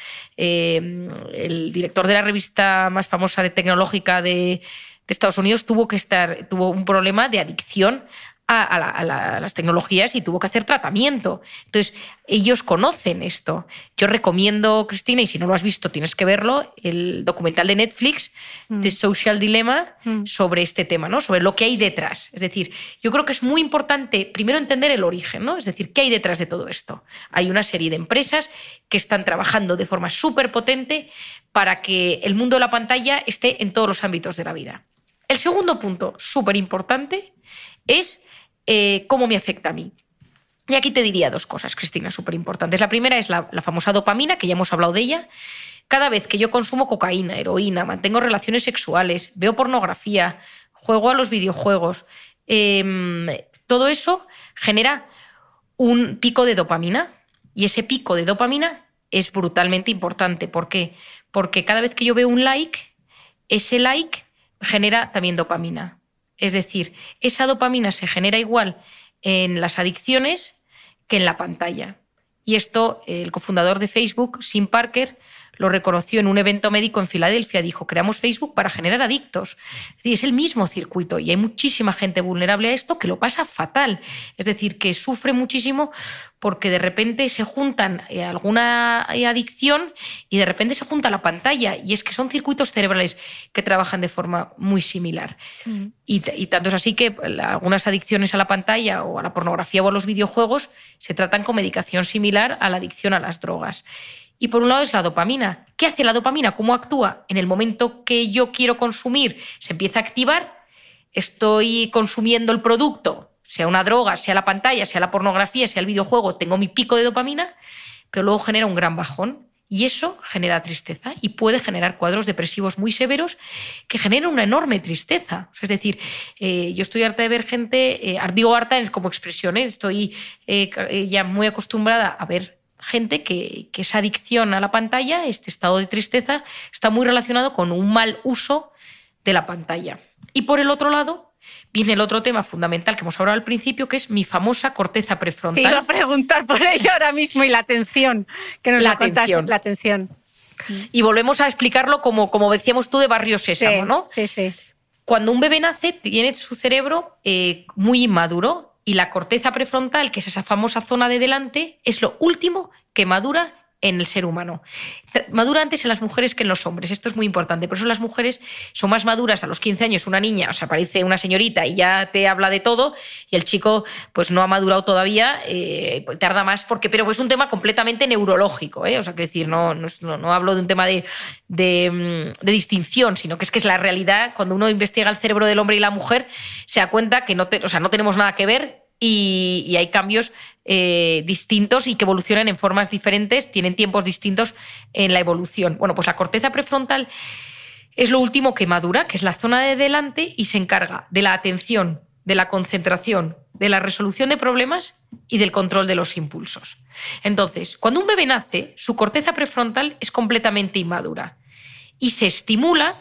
El director de la revista más famosa tecnológica de Estados Unidos tuvo un problema de adicción a las tecnologías y tuvo que hacer tratamiento. Entonces, ellos conocen esto. Yo recomiendo, Cristina, y si no lo has visto tienes que verlo, el documental de Netflix, The Social Dilemma, sobre este tema, ¿no? Sobre lo que hay detrás. Es decir, yo creo que es muy importante primero entender el origen, ¿no? Es decir, ¿qué hay detrás de todo esto? Hay una serie de empresas que están trabajando de forma súper potente para que el mundo de la pantalla esté en todos los ámbitos de la vida. El segundo punto súper importante es cómo me afecta a mí. Y aquí te diría 2 cosas, Cristina, súper importantes. La primera es la famosa dopamina, que ya hemos hablado de ella. Cada vez que yo consumo cocaína, heroína, mantengo relaciones sexuales, veo pornografía, juego a los videojuegos, todo eso genera un pico de dopamina. Y ese pico de dopamina es brutalmente importante. ¿Por qué? Porque cada vez que yo veo un like, ese like genera también dopamina. Es decir, esa dopamina se genera igual en las adicciones que en la pantalla. Y esto el cofundador de Facebook, Tim Parker, lo reconoció en un evento médico en Filadelfia. Dijo, creamos Facebook para generar adictos. Es decir, es el mismo circuito y hay muchísima gente vulnerable a esto que lo pasa fatal. Es decir, que sufre muchísimo porque de repente se juntan alguna adicción y de repente se junta la pantalla. Y es que son circuitos cerebrales que trabajan de forma muy similar. Y tanto es así que algunas adicciones a la pantalla o a la pornografía o a los videojuegos se tratan con medicación similar a la adicción a las drogas. Y por un lado es la dopamina. ¿Qué hace la dopamina? ¿Cómo actúa? En el momento que yo quiero consumir, se empieza a activar, estoy consumiendo el producto, sea una droga, sea la pantalla, sea la pornografía, sea el videojuego, tengo mi pico de dopamina, pero luego genera un gran bajón y eso genera tristeza y puede generar cuadros depresivos muy severos que generan una enorme tristeza. Es decir, yo estoy harta de ver gente, digo harta como expresión, estoy ya muy acostumbrada a ver gente que esa adicción a la pantalla, este estado de tristeza, está muy relacionado con un mal uso de la pantalla. Y por el otro lado, viene el otro tema fundamental que hemos hablado al principio, que es mi famosa corteza prefrontal. Te iba a preguntar por ello ahora mismo y la atención. Que nos la atención. La atención. Y volvemos a explicarlo como decíamos tú de Barrio Sésamo, sí, ¿no? Sí, sí. Cuando un bebé nace, tiene su cerebro muy inmaduro. Y la corteza prefrontal, que es esa famosa zona de delante, es lo último que madura en el ser humano. Madura antes en las mujeres que en los hombres. Esto es muy importante. Por eso las mujeres son más maduras a los 15 años. Una niña, o sea, parece una señorita y ya te habla de todo. Y el chico, pues no ha madurado todavía, tarda más. Pero es un tema completamente neurológico, ¿eh? O sea, que decir, no hablo de un tema de distinción, sino que es la realidad. Cuando uno investiga el cerebro del hombre y la mujer, se da cuenta que no tenemos nada que ver. Y hay cambios distintos y que evolucionan en formas diferentes, tienen tiempos distintos en la evolución. Bueno, pues la corteza prefrontal es lo último que madura, que es la zona de delante y se encarga de la atención, de la concentración, de la resolución de problemas y del control de los impulsos. Entonces, cuando un bebé nace, su corteza prefrontal es completamente inmadura y se estimula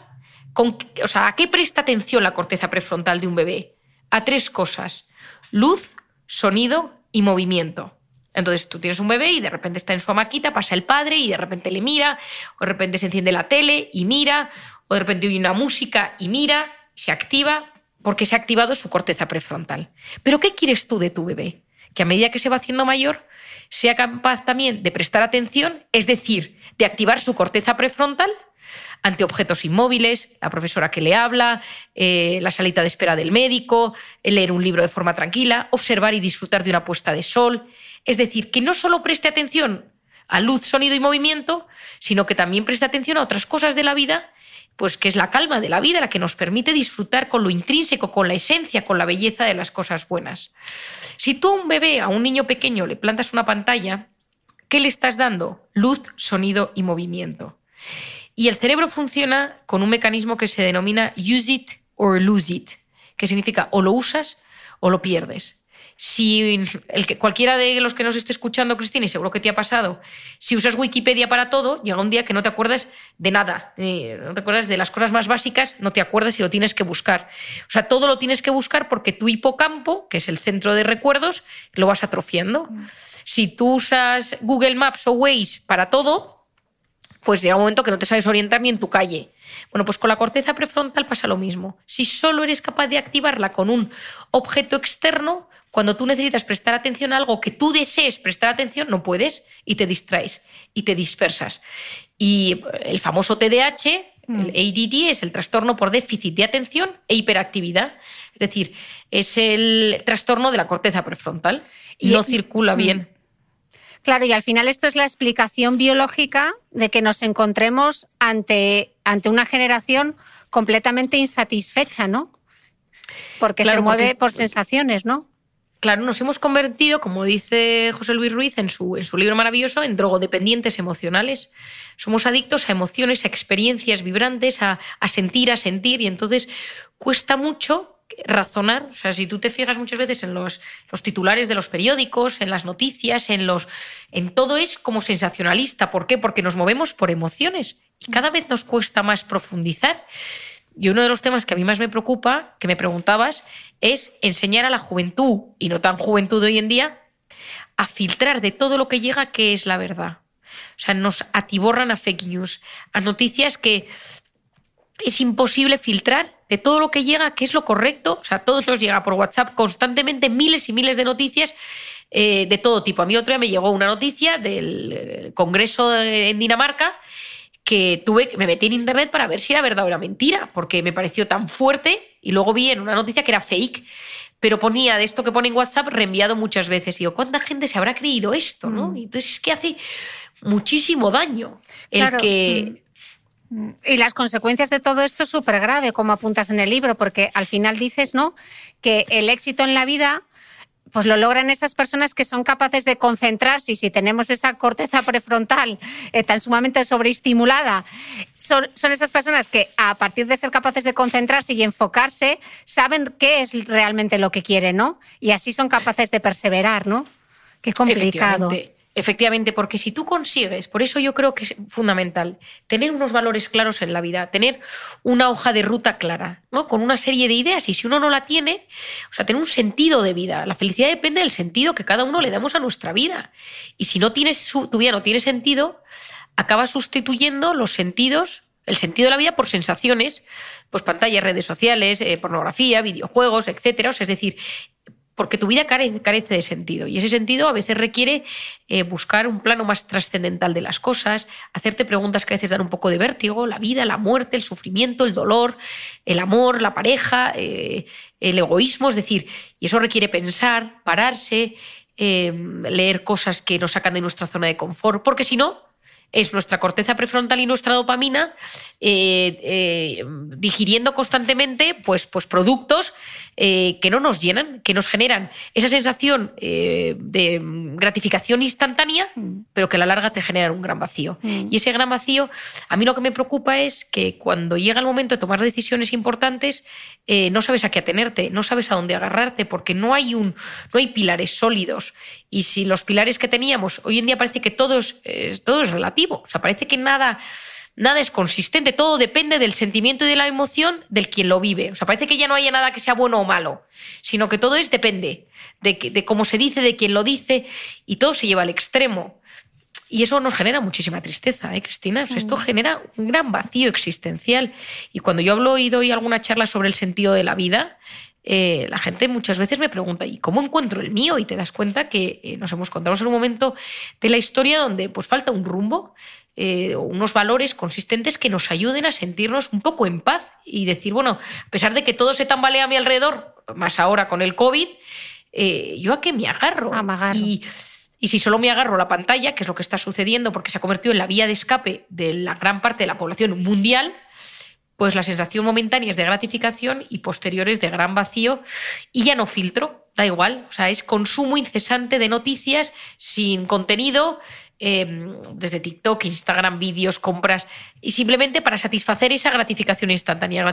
¿a qué presta atención la corteza prefrontal de un bebé? A 3 cosas: luz, sonido y movimiento. Entonces tú tienes un bebé y de repente está en su hamaquita, pasa el padre y de repente le mira, o de repente se enciende la tele y mira, o de repente oye una música y mira, se activa, porque se ha activado su corteza prefrontal. ¿Pero qué quieres tú de tu bebé? Que a medida que se va haciendo mayor, sea capaz también de prestar atención, es decir, de activar su corteza prefrontal ante objetos inmóviles, la profesora que le habla, la salita de espera del médico, leer un libro de forma tranquila, observar y disfrutar de una puesta de sol. Es decir, que no solo preste atención a luz, sonido y movimiento, sino que también preste atención a otras cosas de la vida, pues que es la calma de la vida la que nos permite disfrutar con lo intrínseco, con la esencia, con la belleza de las cosas buenas. Si tú a un bebé, a un niño pequeño, le plantas una pantalla, ¿qué le estás dando? Luz, sonido y movimiento. Y el cerebro funciona con un mecanismo que se denomina use it or lose it, que significa o lo usas o lo pierdes. Si cualquiera de los que nos esté escuchando, Cristina, y seguro que te ha pasado, si usas Wikipedia para todo, llega un día que no te acuerdas de nada, no te acuerdas de las cosas más básicas, no te acuerdas y lo tienes que buscar. O sea, todo lo tienes que buscar porque tu hipocampo, que es el centro de recuerdos, lo vas atrofiando. Si tú usas Google Maps o Waze para todo, pues llega un momento que no te sabes orientar ni en tu calle. Bueno, pues con la corteza prefrontal pasa lo mismo. Si solo eres capaz de activarla con un objeto externo, cuando tú necesitas prestar atención a algo que tú desees prestar atención, no puedes y te distraes y te dispersas. Y el famoso TDAH, el ADD, es el trastorno por déficit de atención e hiperactividad. Es decir, es el trastorno de la corteza prefrontal. No circula bien. Claro, y al final esto es la explicación biológica de que nos encontremos ante una generación completamente insatisfecha, ¿no? Porque se mueve por sensaciones, ¿no? Claro, nos hemos convertido, como dice José Luis Ruiz en su libro maravilloso, en drogodependientes emocionales. Somos adictos a emociones, a experiencias vibrantes, a sentir, y entonces cuesta mucho razonar. O sea, si tú te fijas muchas veces en los titulares de los periódicos, en las noticias, en todo es como sensacionalista. ¿Por qué? Porque nos movemos por emociones y cada vez nos cuesta más profundizar. Y uno de los temas que a mí más me preocupa, que me preguntabas, es enseñar a la juventud, y no tan juventud de hoy en día, a filtrar de todo lo que llega qué es la verdad. O sea, nos atiborran a fake news, a noticias que es imposible filtrar de todo lo que llega qué es lo correcto. O sea, todos nos llega por WhatsApp constantemente miles y miles de noticias de todo tipo. A mí otro día me llegó una noticia del Congreso en Dinamarca que me metí en internet para ver si era verdad o era mentira, porque me pareció tan fuerte, y luego vi en una noticia que era fake, pero ponía de esto que pone en WhatsApp reenviado muchas veces. Y digo, ¿cuánta gente se habrá creído esto? ¿No? Y entonces es que hace muchísimo daño Claro. Y las consecuencias de todo esto es súper grave, como apuntas en el libro, porque al final dices, ¿no?, que el éxito en la vida pues lo logran esas personas que son capaces de concentrarse, y si tenemos esa corteza prefrontal tan sumamente sobreestimulada, son esas personas que a partir de ser capaces de concentrarse y enfocarse, saben qué es realmente lo que quieren, ¿no? Y así son capaces de perseverar, ¿no? Qué complicado. Efectivamente, porque si tú consigues, por eso yo creo que es fundamental tener unos valores claros en la vida, tener una hoja de ruta clara, ¿no?, con una serie de ideas, y si uno no la tiene, o sea, tener un sentido de vida. La felicidad depende del sentido que cada uno le damos a nuestra vida. Y si tu vida no tiene sentido, acabas sustituyendo los sentidos, el sentido de la vida, por sensaciones, pues pantallas, redes sociales, pornografía, videojuegos, etcétera. O sea, es decir, porque tu vida carece de sentido, y ese sentido a veces requiere buscar un plano más trascendental de las cosas, hacerte preguntas que a veces dan un poco de vértigo: la vida, la muerte, el sufrimiento, el dolor, el amor, la pareja, el egoísmo. Es decir, y eso requiere pensar, pararse, leer cosas que nos sacan de nuestra zona de confort, porque si no, es nuestra corteza prefrontal y nuestra dopamina digiriendo constantemente pues productos que no nos llenan, que nos generan esa sensación de gratificación instantánea, pero que a la larga te generan un gran vacío. Y ese gran vacío, a mí lo que me preocupa es que cuando llega el momento de tomar decisiones importantes, no sabes a qué atenerte, no sabes a dónde agarrarte, porque no hay pilares sólidos. Y si los pilares que teníamos, hoy en día parece que todo es relativo. O sea, parece que nada es consistente, todo depende del sentimiento y de la emoción del quien lo vive. O sea, parece que ya no haya nada que sea bueno o malo, sino que todo depende de cómo se dice, de quién lo dice, y todo se lleva al extremo. Y eso nos genera muchísima tristeza, Cristina. O sea, esto genera un gran vacío existencial. Y cuando yo hablo y doy alguna charla sobre el sentido de la vida, la gente muchas veces me pregunta, ¿y cómo encuentro el mío? Y te das cuenta que nos encontramos en un momento de la historia donde pues falta un rumbo, unos valores consistentes que nos ayuden a sentirnos un poco en paz y decir, bueno, a pesar de que todo se tambalea a mi alrededor, más ahora con el COVID, ¿yo a qué me agarro? Y si solo me agarro a la pantalla, que es lo que está sucediendo porque se ha convertido en la vía de escape de la gran parte de la población mundial, pues la sensación momentánea es de gratificación y posterior es de gran vacío, y ya no filtro, da igual. O sea, es consumo incesante de noticias sin contenido, desde TikTok, Instagram, vídeos, compras, y simplemente para satisfacer esa gratificación instantánea,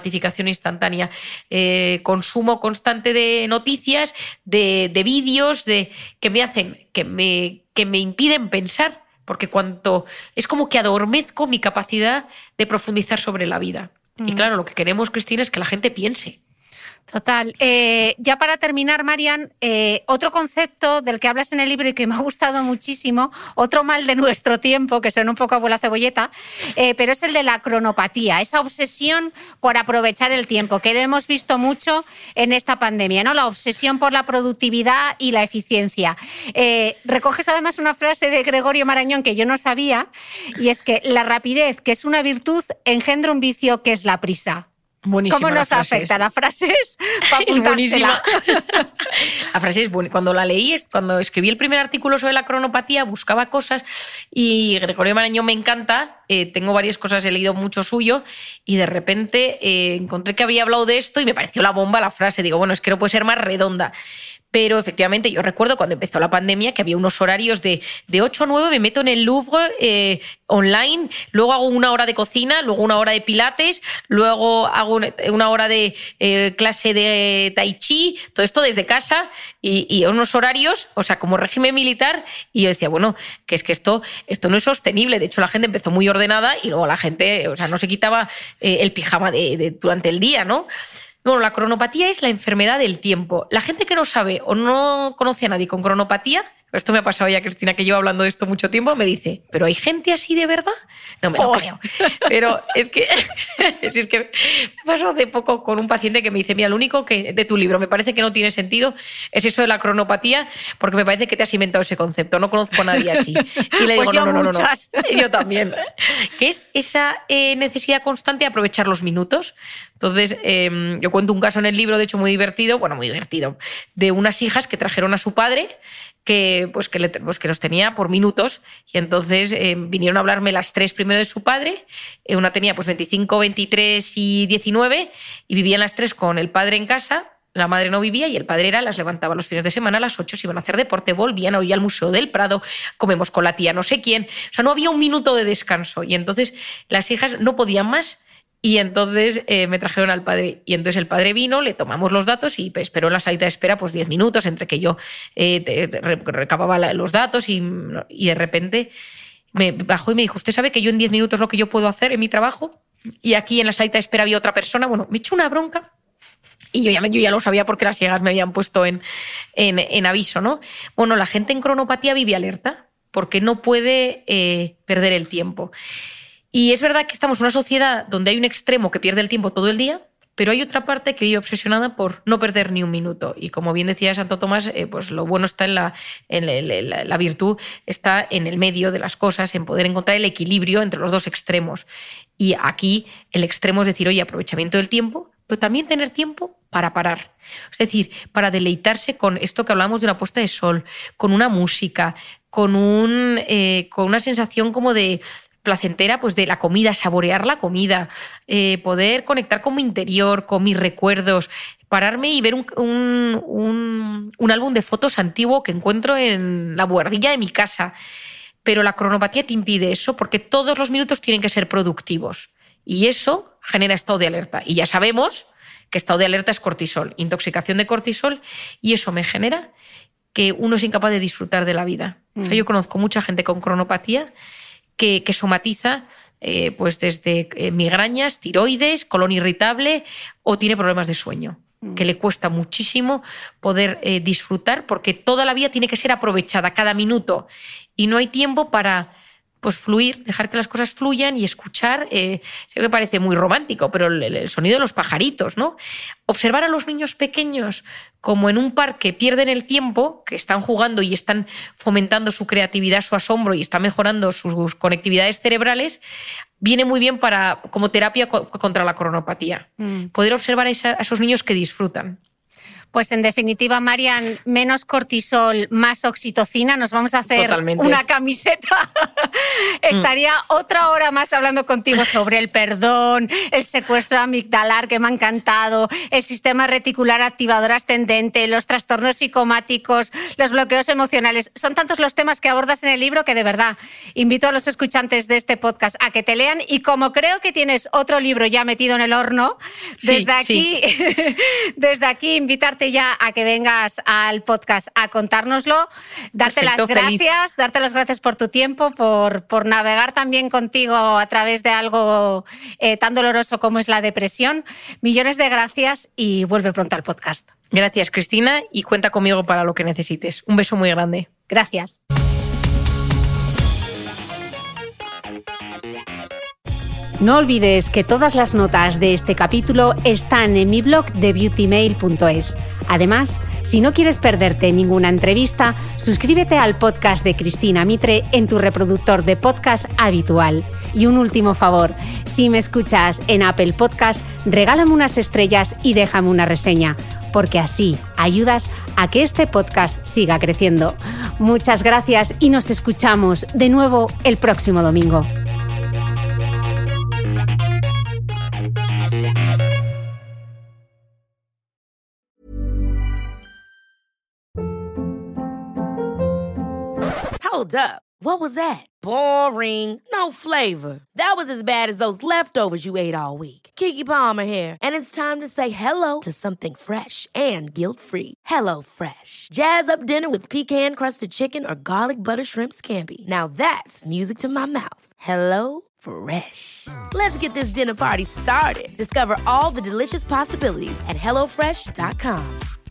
consumo constante de noticias, de vídeos, que me hacen, que me impiden pensar, porque es como que adormezco mi capacidad de profundizar sobre la vida. Y claro, lo que queremos, Cristina, es que la gente piense. Total. Ya para terminar, Marian, otro concepto del que hablas en el libro y que me ha gustado muchísimo, otro mal de nuestro tiempo, que suena un poco abuela cebolleta, pero es el de la cronopatía, esa obsesión por aprovechar el tiempo, que lo hemos visto mucho en esta pandemia, ¿no? La obsesión por la productividad y la eficiencia. Recoges además una frase de Gregorio Marañón que yo no sabía, y es que la rapidez, que es una virtud, engendra un vicio que es la prisa. Buenísima. ¿Cómo nos afecta? La frase es para es buenísima. La frase es buena. Cuando la leí, cuando escribí el primer artículo sobre la cronopatía, buscaba cosas, y Gregorio Marañón me encanta, tengo varias cosas, he leído mucho suyo, y de repente encontré que había hablado de esto y me pareció la bomba la frase. Digo, bueno, es que no puede ser más redonda. Pero efectivamente yo recuerdo cuando empezó la pandemia que había unos horarios de 8 a 9 me meto en el Louvre online, luego hago 1 hora de cocina, luego 1 hora de pilates, luego hago 1 hora de clase de tai chi, todo esto desde casa y unos horarios, o sea, como régimen militar, y yo decía, bueno, que es que esto no es sostenible. De hecho, la gente empezó muy ordenada y luego la gente, o sea, no se quitaba el pijama durante el día, ¿no? Bueno, la cronopatía es la enfermedad del tiempo. La gente que no sabe o no conoce a nadie con cronopatía, esto me ha pasado ya, Cristina, que llevo hablando de esto mucho tiempo, me dice, ¿pero hay gente así de verdad? No me lo creo. Pero es que me pasó hace poco con un paciente que me dice, mira, lo único que de tu libro me parece que no tiene sentido es eso de la cronopatía, porque me parece que te has inventado ese concepto, no conozco a nadie así. Y le digo, pues no. Yo también. Que es esa necesidad constante de aprovechar los minutos. Entonces, yo cuento un caso en el libro, de hecho muy divertido, de unas hijas que trajeron a su padre que los tenía por minutos, y entonces vinieron a hablarme las 3 primero de su padre. Una tenía 25, 23 y 19 y vivían las 3 con el padre en casa. La madre no vivía y el padre las levantaba los fines de semana a las 8, se iban a hacer deporte, volvían, hoy al Museo del Prado, comemos con la tía no sé quién. O sea, no había un minuto de descanso, y entonces las hijas no podían más. Y entonces me trajeron al padre. Y entonces el padre vino, le tomamos los datos y esperó en la salita de espera 10 minutos entre que yo recababa los datos y de repente me bajó y me dijo, ¿usted sabe que yo en 10 minutos lo que yo puedo hacer en mi trabajo? Y aquí en la salita de espera había otra persona. Bueno, me echó una bronca. Y yo ya lo sabía porque las ciegas me habían puesto en aviso, ¿no? Bueno, la gente en cronopatía vive alerta porque no puede perder el tiempo. Y es verdad que estamos en una sociedad donde hay un extremo que pierde el tiempo todo el día, pero hay otra parte que vive obsesionada por no perder ni un minuto. Y como bien decía Santo Tomás, pues lo bueno está en la virtud, está en el medio de las cosas, en poder encontrar el equilibrio entre los dos extremos. Y aquí el extremo es decir, oye, aprovechamiento del tiempo, pero también tener tiempo para parar. Es decir, para deleitarse con esto que hablamos de una puesta de sol, con una música, con una sensación como de placentera, pues de la comida, saborear la comida, poder conectar con mi interior, con mis recuerdos, pararme y ver un álbum de fotos antiguo que encuentro en la buhardilla de mi casa. Pero la cronopatía te impide eso porque todos los minutos tienen que ser productivos y eso genera estado de alerta. Y ya sabemos que estado de alerta es cortisol, intoxicación de cortisol, y eso me genera que uno es incapaz de disfrutar de la vida. O sea, yo conozco mucha gente con cronopatía que somatiza pues desde migrañas, tiroides, colon irritable o tiene problemas de sueño, que le cuesta muchísimo poder disfrutar porque toda la vida tiene que ser aprovechada, cada minuto, y no hay tiempo para pues fluir, dejar que las cosas fluyan y escuchar. Sé que parece muy romántico, pero el sonido de los pajaritos, ¿no? Observar a los niños pequeños como en un parque pierden el tiempo, que están jugando y están fomentando su creatividad, su asombro y están mejorando sus conectividades cerebrales, viene muy bien como terapia contra la cronopatía. Poder observar a esos niños que disfrutan. Pues en definitiva, Marian, menos cortisol, más oxitocina. Nos vamos a hacer una camiseta. Estaría otra hora más hablando contigo sobre el perdón, el secuestro amigdalar, que me ha encantado, el sistema reticular activador ascendente, los trastornos psicomáticos, los bloqueos emocionales. Son tantos los temas que abordas en el libro que de verdad invito a los escuchantes de este podcast a que te lean. Y como creo que tienes otro libro ya metido en el horno, desde aquí invitarte ya a que vengas al podcast a contárnoslo, darte las gracias por tu tiempo, por navegar también contigo a través de algo tan doloroso como es la depresión. Millones de gracias y vuelve pronto al podcast. Gracias, Cristina, y cuenta conmigo para lo que necesites. Un beso muy grande. Gracias. No olvides que todas las notas de este capítulo están en mi blog de beautymail.es. Además, si no quieres perderte ninguna entrevista, suscríbete al podcast de Cristina Mitre en tu reproductor de podcast habitual. Y un último favor, si me escuchas en Apple Podcast, regálame unas estrellas y déjame una reseña, porque así ayudas a que este podcast siga creciendo. Muchas gracias y nos escuchamos de nuevo el próximo domingo. Hold up. What was that? Boring. No flavor. That was as bad as those leftovers you ate all week. Keke Palmer here, and it's time to say hello to something fresh and guilt-free. Hello Fresh. Jazz up dinner with pecan-crusted chicken or garlic butter shrimp scampi. Now that's music to my mouth. Hello Fresh. Let's get this dinner party started. Discover all the delicious possibilities at HelloFresh.com.